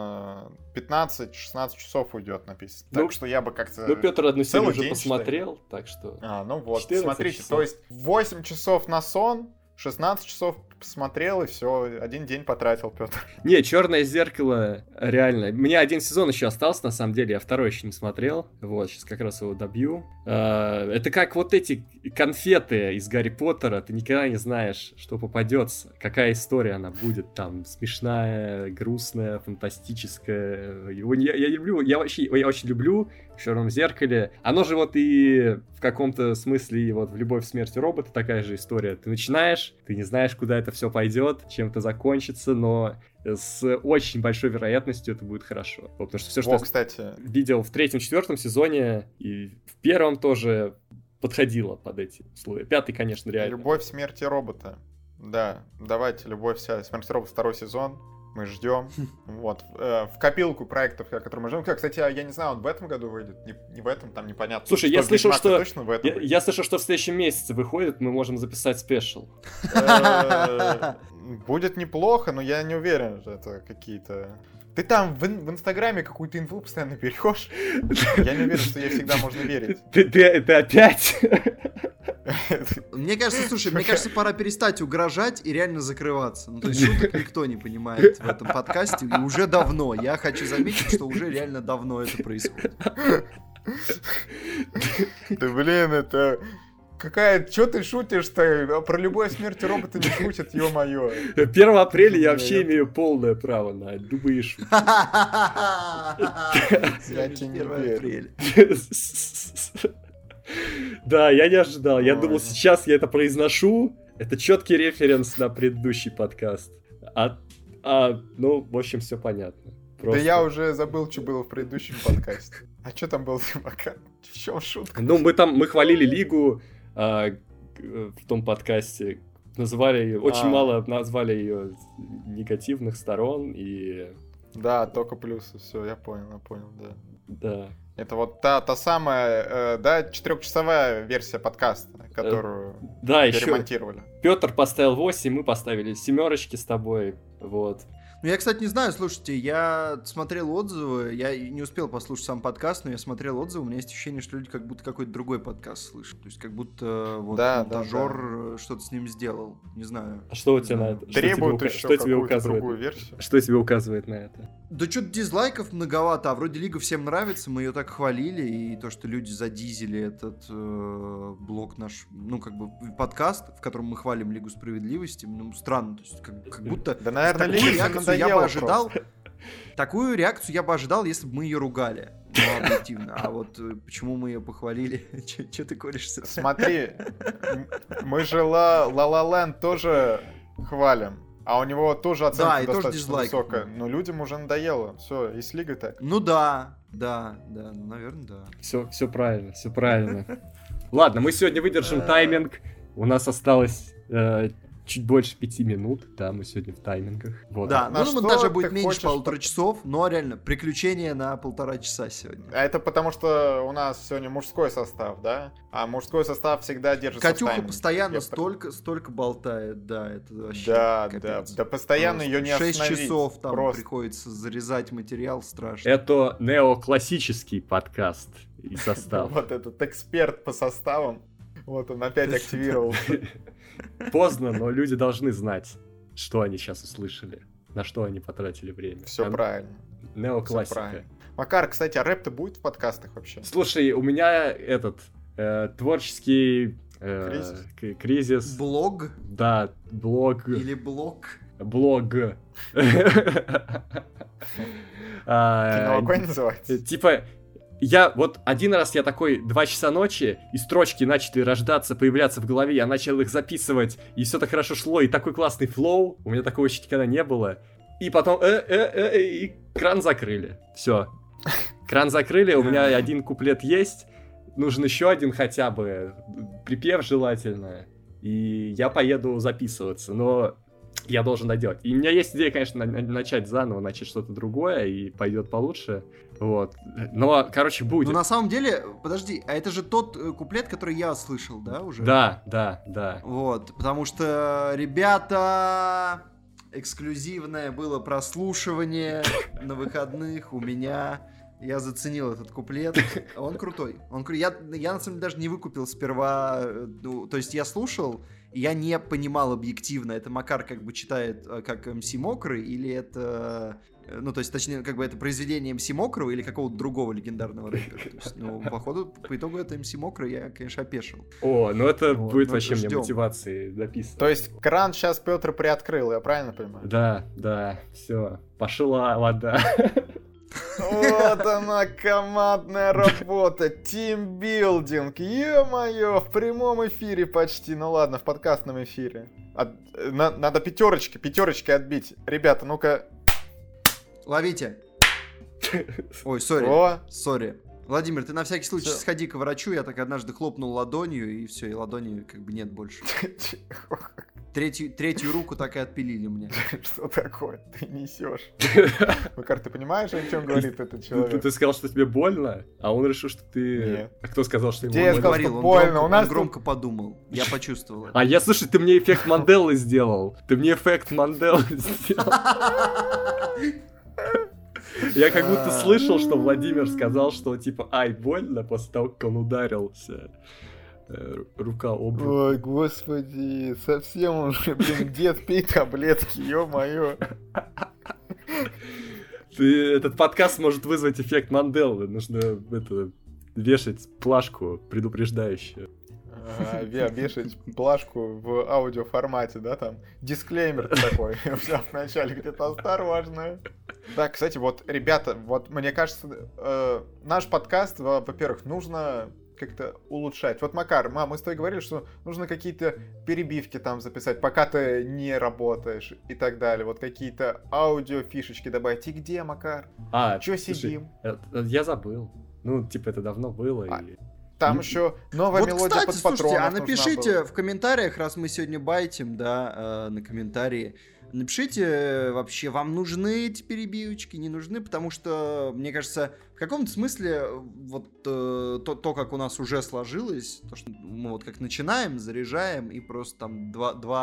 S2: 15-16 часов уйдет написано.
S3: Ну,
S2: так что я бы как-то...
S3: Ну, Петр одну серию уже посмотрел, так что...
S2: Ну вот, смотрите, часов. То есть 8 часов на сон, 16 часов посмотрел, и все, 1 день потратил, Петр.
S3: Не, «Черное зеркало» реально. У меня 1 сезон еще остался, на самом деле, я 2 еще не смотрел. Вот, сейчас как раз его добью. Это как вот эти конфеты из «Гарри Поттера», ты никогда не знаешь, что попадется, какая история она будет, там, смешная, грустная, фантастическая. Я очень люблю в «Черном зеркале». Оно же вот и в каком-то смысле вот в «Любовь, смерть и роботы» такая же история. Ты начинаешь, ты не знаешь, куда это все пойдет, чем это закончится, но с очень большой вероятностью это будет хорошо. Вот, потому что все, что я видел в 3-4 сезоне и в 1 тоже подходило под эти условия. 5, конечно, реально.
S2: «Любовь, смерть и роботы». Да, давайте «Любовь, смерть и роботы» 2 сезон. Мы ждем. Вот. В копилку проектов, которые мы ждем. Кстати, я не знаю, он в этом году выйдет. Не в этом, там непонятно.
S3: Слушай, я слышал, что я слышал, что в следующем месяце выходит, мы можем записать спешл.
S2: Будет неплохо, но я не уверен, что это какие-то... Ты там в Инстаграме какую-то инфу постоянно берешь. Я не уверен, что ей всегда можно верить.
S3: Ты опять?
S1: Мне кажется, пора перестать угрожать и реально закрываться. Ну, то есть шуток никто не понимает в этом подкасте. И уже давно. Я хочу заметить, что уже реально давно это происходит.
S2: Да блин, это... Чё ты шутишь-то? Про «Любовь, смерть и роботы» не шутят, ё-моё.
S3: 1 апреля я вообще имею полное право на любые шутки.
S2: Я тебе не верю.
S3: Да, я не ожидал. Я думал, сейчас я это произношу. Это четкий референс на предыдущий подкаст. Ну, в общем, все понятно.
S2: Да я уже забыл, что было в предыдущем подкасте. А что там было за Макар? В чем шутка?
S3: Ну, мы хвалили Лигу в том подкасте. Назвали очень мало назвали ее негативных сторон и...
S2: Да, только плюсы, все, я понял, да.
S3: Да.
S2: Это вот та самая, да, 4-часовая версия подкаста, которую перемонтировали.
S3: Еще Петр поставил 8, мы поставили 7 с тобой, вот.
S1: Ну, я, кстати, не знаю, слушайте, я смотрел отзывы, я не успел послушать сам подкаст, но я смотрел отзывы, у меня есть ощущение, что люди как будто какой-то другой подкаст слышат, то есть как будто вот монтажер что-то с ним сделал, не знаю.
S3: А что у тебя на это?
S2: Требуют еще какую-то другую версию.
S3: Что тебе указывает на это?
S1: Да что-то дизлайков многовато, а вроде Лига всем нравится, мы ее так хвалили, и то, что люди задизили этот блог наш, ну, как бы, подкаст, в котором мы хвалим Лигу Справедливости, ну, странно, то есть как будто...
S2: Да, наверное,
S1: Такую реакцию я бы ожидал, если бы мы ее ругали. Ну, объективно. А вот почему мы ее похвалили? Че ты коришься?
S2: Смотри, мы же La La Land тоже хвалим. А у него тоже оценка достаточно высокая. Но людям уже надоело. Все, и с Лигой так.
S1: Ну да, наверное, да.
S3: Все правильно. Ладно, мы сегодня выдержим тайминг. У нас осталось чуть больше 5 минут, да, мы сегодня в таймингах. Вот.
S1: Да, ну монтажа будет меньше полутора часов, но реально, приключения на 1,5 часа сегодня.
S2: А это потому, что у нас сегодня мужской состав, да? А мужской состав всегда держится
S1: Катюха
S2: в тайминге.
S1: Постоянно столько болтает, да, это вообще
S2: Да, постоянно ее не остановить.
S1: 6 часов там приходится зарезать материал, страшно.
S3: Это неоклассический подкаст и состав.
S2: Вот этот эксперт по составам, вот он опять активировал.
S3: Поздно, но люди должны знать, что они сейчас услышали, на что они потратили время.
S2: Все правильно.
S3: Неоклассика.
S2: Макар, кстати, а рэп-то будет в подкастах вообще?
S3: Слушай, у меня этот творческий кризис.
S1: Блог?
S3: Да, блог.
S1: Или блог?
S3: Блог.
S2: Кино огонь называется?
S3: Типа... Вот один раз я такой 2 часа ночи, и строчки начали рождаться, появляться в голове, я начал их записывать, и все так хорошо шло, и такой классный флоу, у меня такого еще никогда не было. И потом, и кран закрыли. Все. Кран закрыли, у меня один куплет есть, нужен еще один хотя бы, припев желательно, и я поеду записываться, но... Я должен доделать. И у меня есть идея, конечно, начать заново, начать что-то другое, и пойдет получше. Вот. Но, короче, будет.
S1: Ну, на самом деле, подожди, а это же тот куплет, который я слышал, да, уже?
S3: Да.
S1: Вот, потому что, ребята, эксклюзивное было прослушивание на выходных у меня. Я заценил этот куплет. Он крутой. Я на самом деле даже не выкупил сперва. Ну, то есть я слушал, и я не понимал объективно, это Макар как бы читает как МС Мокрый, или это... Ну, то есть, точнее, как бы это произведение МС Мокрого или какого-то другого легендарного рэпера. То есть, ну, походу, по итогу это МС Мокрый, я, конечно, опешил.
S3: О, ну это вот, будет вообще мне мотивацией записано.
S2: То есть, кран сейчас Петр приоткрыл, я правильно понимаю?
S3: Да, все, пошла вода.
S2: Вот она, командная работа, тимбилдинг, ё-моё, в прямом эфире почти, ну ладно, в подкастном эфире. Надо пятерочки отбить. Ребята, ну-ка.
S1: Ловите. Ой, сори. Владимир, ты на всякий случай сходи к врачу, я так однажды хлопнул ладонью, и все, и ладони как бы нет больше. Третью руку так и отпилили мне.
S2: Что такое? Ты несешь. Макар, ты понимаешь, о чем говорит этот человек?
S3: Ты сказал, что тебе больно, а он решил, что ты...
S2: Нет.
S3: А кто сказал, что ему
S2: больно? Я сказал, что больно.
S1: Он громко подумал. Я почувствовал это.
S3: Слушай, ты мне эффект Манделы сделал. Я как будто слышал, что Владимир сказал, что типа, ай, больно, после того, как он ударился. Рука об руку.
S2: Ой, господи, совсем уже, дед, пей таблетки, ё-моё.
S3: Этот подкаст может вызвать эффект Манделы. Нужно вешать плашку предупреждающую.
S2: Вешать плашку в аудиоформате, да, там, дисклеймер такой, в начале где-то осторожно. Да, кстати, вот, ребята, вот мне кажется, наш подкаст, во-первых, нужно как-то улучшать. Вот, Макар, мы с тобой говорили, что нужно какие-то перебивки там записать, пока ты не работаешь и так далее. Вот какие-то аудиофишечки добавить. И где, Макар? Чё сидим?
S3: Я забыл. Ну, типа, это давно было.
S2: Там еще новая мелодия
S1: кстати,
S2: под патронов.
S1: Слушайте, а напишите в комментариях, раз мы сегодня байтим, да, на комментарии, напишите вообще, вам нужны эти перебивочки, не нужны, потому что, мне кажется, в каком-то смысле вот то, как у нас уже сложилось, то, что мы вот как начинаем, заряжаем, и просто там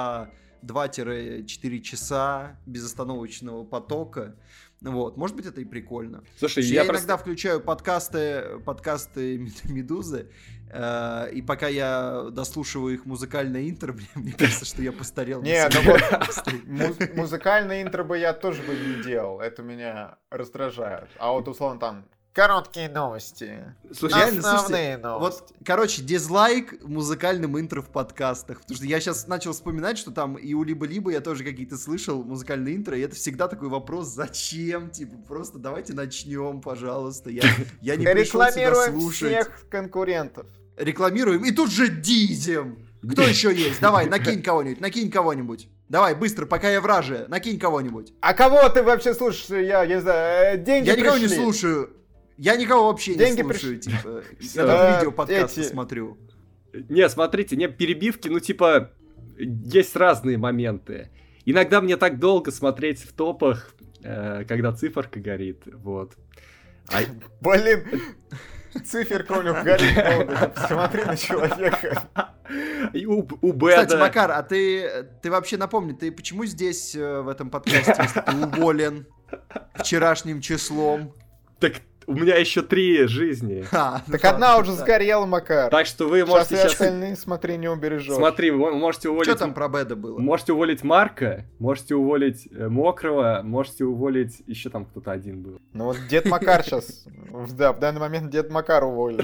S1: 2-4 часа безостановочного потока. Вот, может быть, это и прикольно.
S3: Слушай,
S1: я иногда включаю подкасты Медузы, и пока я дослушиваю их музыкальное интро, мне кажется, что я постарел.
S2: Нет, ну вот музыкальное интро бы я тоже бы не делал. Это меня раздражает. А вот, условно, там короткие новости.
S3: Слушай,
S2: основные новости.
S1: Вот, короче, дизлайк музыкальным интро в подкастах. Потому что я сейчас начал вспоминать, что там и у Либо-Либо я тоже какие-то слышал музыкальные интро, и это всегда такой вопрос, зачем? Типа, просто давайте начнем, пожалуйста. Я не пришел сюда слушать.
S2: Всех конкурентов.
S1: Рекламируем, и тут же дизим. Кто еще есть? Давай, накинь кого-нибудь. Давай, быстро, пока я враже, накинь кого-нибудь.
S2: А кого ты вообще слушаешь? Я не знаю, деньги
S1: Я никого
S2: пришли.
S1: не слушаю. Я никого вообще
S2: Деньги
S1: не слушаю,
S2: пришли.
S1: типа. Я там видео подкасты смотрю.
S3: Не, смотрите, не перебивки, ну типа, есть разные моменты. Иногда мне так долго смотреть в топах, когда циферка горит, вот.
S2: Блин, циферка у него горит долго. Смотри на человека.
S3: И у Бэда...
S1: Кстати, Макар, а ты вообще напомни, ты почему здесь в этом подкасте, если ты уволен вчерашним числом?
S3: Так у меня еще 3 жизни.
S2: Так одна уже сгорела, Макар.
S3: Так что вы можете
S2: сейчас...
S3: сейчас...
S2: остальные, смотри, не убережешь.
S3: Смотри, вы можете уволить...
S1: Что там про Бэда было?
S3: Можете уволить Марка, можете уволить Мокрого, можете уволить... Еще там кто-то один был.
S2: Ну вот Дед Макар сейчас... Да, в данный момент Дед Макар уволит.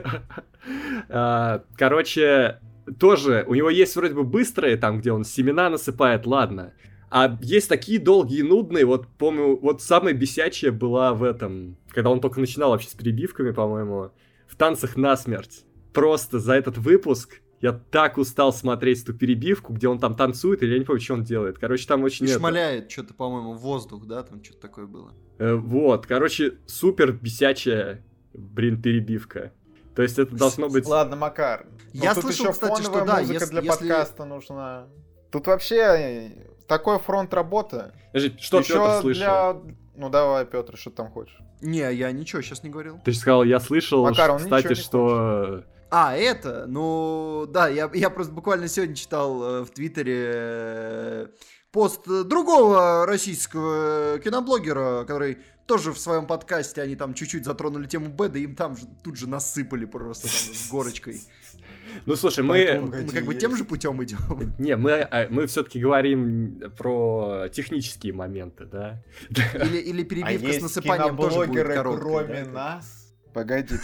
S3: Короче, тоже у него есть вроде бы быстрые, там, где он семена насыпает, ладно. А есть такие долгие и нудные, вот помню, вот самая бесячая была в этом, когда он только начинал вообще с перебивками, по-моему, в «Танцах насмерть». Просто за этот выпуск я так устал смотреть эту перебивку, где он там танцует, или я не помню, что он делает. Короче, там очень...
S1: Шмаляет что-то, по-моему, в воздух, да, там что-то такое было.
S3: Вот, короче, супер бесячая, перебивка. То есть это должно быть...
S2: Ладно, Макар.
S1: Я слышал, кстати, что да,
S2: музыка для подкаста нужна. Тут вообще... Такой фронт работы.
S3: Подожди, что Пётр слышал?
S2: Ну давай, Пётр, что ты там хочешь?
S1: Не, я ничего сейчас не говорил.
S3: Ты же сказал, я слышал,
S2: Макар,
S3: кстати, что...
S1: Это? Ну, да, я просто буквально сегодня читал в Твиттере пост другого российского киноблогера, который тоже в своем подкасте, они там чуть-чуть затронули тему Бэда, им там же тут же насыпали просто там, с горочкой.
S3: Ну, слушай,
S1: мы как бы тем же путем идем.
S3: Не, мы все-таки говорим про технические моменты, да?
S1: Или перебивка с насыпанием тоже будет короткой.
S2: Кроме нас? Погоди.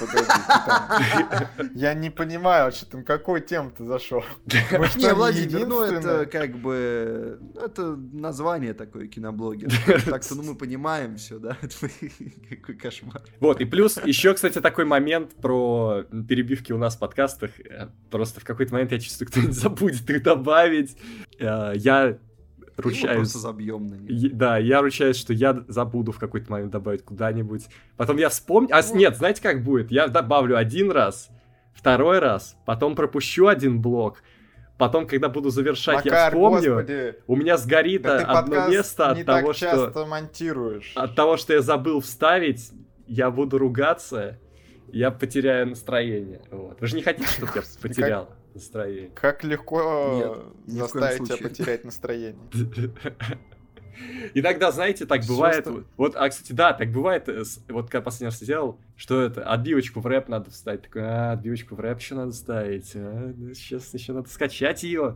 S2: Я не понимаю, что там, какую тему ты зашел.
S1: Не, Владимир, ну это как бы... Это название такое, киноблогер. Так-то, ну мы понимаем все, да? Какой кошмар.
S3: Вот, и плюс еще, кстати, такой момент про перебивки у нас в подкастах. Просто в какой-то момент я чувствую, кто-нибудь забудет их добавить. Я ручаюсь.
S1: Просто забьем на них.
S3: Да, я ручаюсь, что я забуду в какой-то момент добавить куда-нибудь. Потом я вспомню... Нет, знаете, как будет? Я добавлю 1 раз, 2 раз, потом пропущу 1 блок, потом, когда буду завершать,
S2: Макар,
S3: я вспомню,
S2: господи,
S3: у меня сгорит одно место от того,
S2: часто монтируешь.
S3: От того, что я забыл вставить, я буду ругаться, я потеряю настроение. Вот. Вы же не хотите, чтобы я потерял настроение?
S2: Как легко заставить тебя потерять настроение.
S3: Иногда, знаете, так бывает. Вот, кстати, да, так бывает. Вот когда последний раз сделал, что это, отбивочку в рэп надо вставить. Такой, отбивочку в рэп еще надо ставить. Сейчас еще надо скачать ее.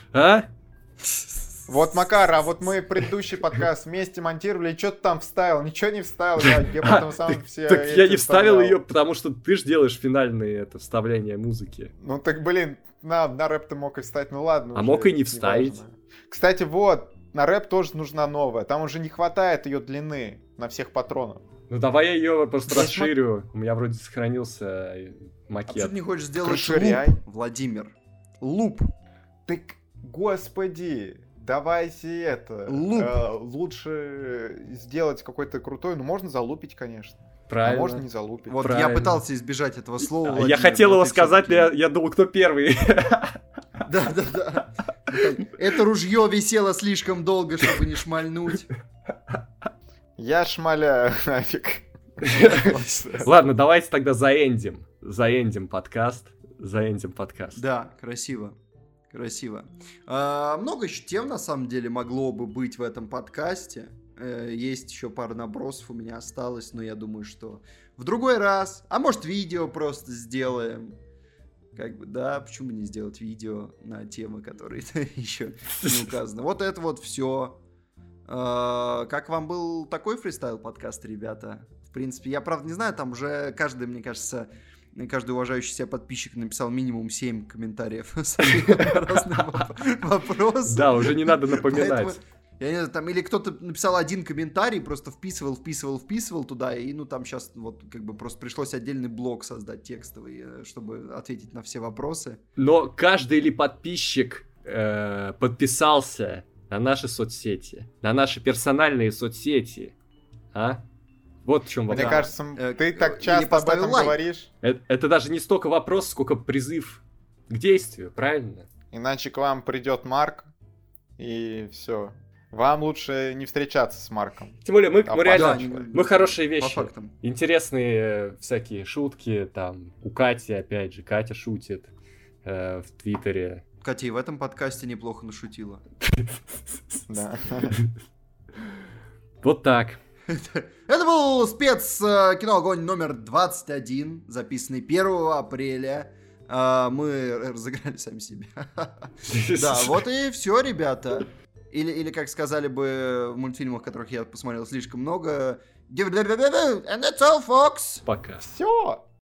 S2: Вот, Макар, а вот мы предыдущий подкаст вместе монтировали, и что ты там вставил? Ничего не вставил, я потом сам все...
S3: Так я не вставил ее, потому что ты же делаешь финальные вставления музыки.
S2: Ну так, блин, на рэп ты мог и вставить, ну ладно.
S3: А мог и не вставить.
S2: Кстати, вот, на рэп тоже нужна новая, там уже не хватает ее длины на всех патронов.
S3: Ну давай я ее просто расширю. У меня вроде сохранился
S1: А
S3: макет.
S1: почему ты не хочешь сделать
S2: Расширяй.
S1: луп, Владимир? Луп.
S2: Так, господи, давайте это...
S1: Луп.
S2: Лучше сделать какой-то крутой, ну можно залупить, конечно.
S3: Правильно.
S2: А можно не залупить.
S1: Вот
S3: Правильно.
S1: я пытался избежать этого слова.
S3: Я
S1: Владимир,
S3: хотел
S1: но
S3: его
S1: ты
S3: сказать, но
S1: всё-таки-
S3: я думал, кто первый.
S1: Да. Это ружье висело слишком долго, чтобы не шмальнуть.
S2: Я шмаляю нафиг.
S3: Ладно, давайте тогда заэндим подкаст.
S1: Да, красиво. Много еще тем, на самом деле, могло бы быть в этом подкасте. Есть еще пара набросов у меня осталось, но я думаю, что в другой раз. А может, видео просто сделаем. Как бы, да, почему бы не сделать видео на темы, которые еще не указаны. Вот это вот все. Как вам был такой фристайл-подкаст, ребята? В принципе, я, правда, не знаю, там уже каждый, мне кажется, каждый уважающий себя подписчик написал минимум 7 комментариев с разным вопросом.
S3: Да, уже не надо напоминать.
S1: Поэтому, я не знаю, там или кто-то написал один комментарий, просто вписывал туда, и ну там сейчас вот как бы просто пришлось отдельный блок создать текстовый, чтобы ответить на все вопросы.
S3: Но каждый ли подписчик подписался на наши соцсети, на наши персональные соцсети, а? Вот в чем
S2: Мне
S3: вопрос.
S2: кажется, ты так
S1: или
S2: часто об
S1: поставил
S2: этом
S1: лайк.
S2: говоришь.
S3: Это даже не столько вопрос, сколько призыв к действию, правильно?
S2: Иначе к вам придет Марк, и все. Вам лучше не встречаться с Марком.
S3: Тем более мы реально,
S2: Да,
S3: мы хорошие
S1: По
S3: вещи,
S1: фактам.
S3: интересные всякие шутки, там, у Кати, опять же, Катя шутит в Твиттере.
S1: Катя и в этом подкасте неплохо нашутила.
S2: Да.
S3: Вот так.
S1: Это был спецкино «Огонь» номер 21, записанный 1 апреля. Мы разыграли сами себя. Да, вот и все, ребята. Или, как сказали бы в мультфильмах, которых я посмотрел слишком много, and that's all, folks.
S3: Пока.
S2: Все.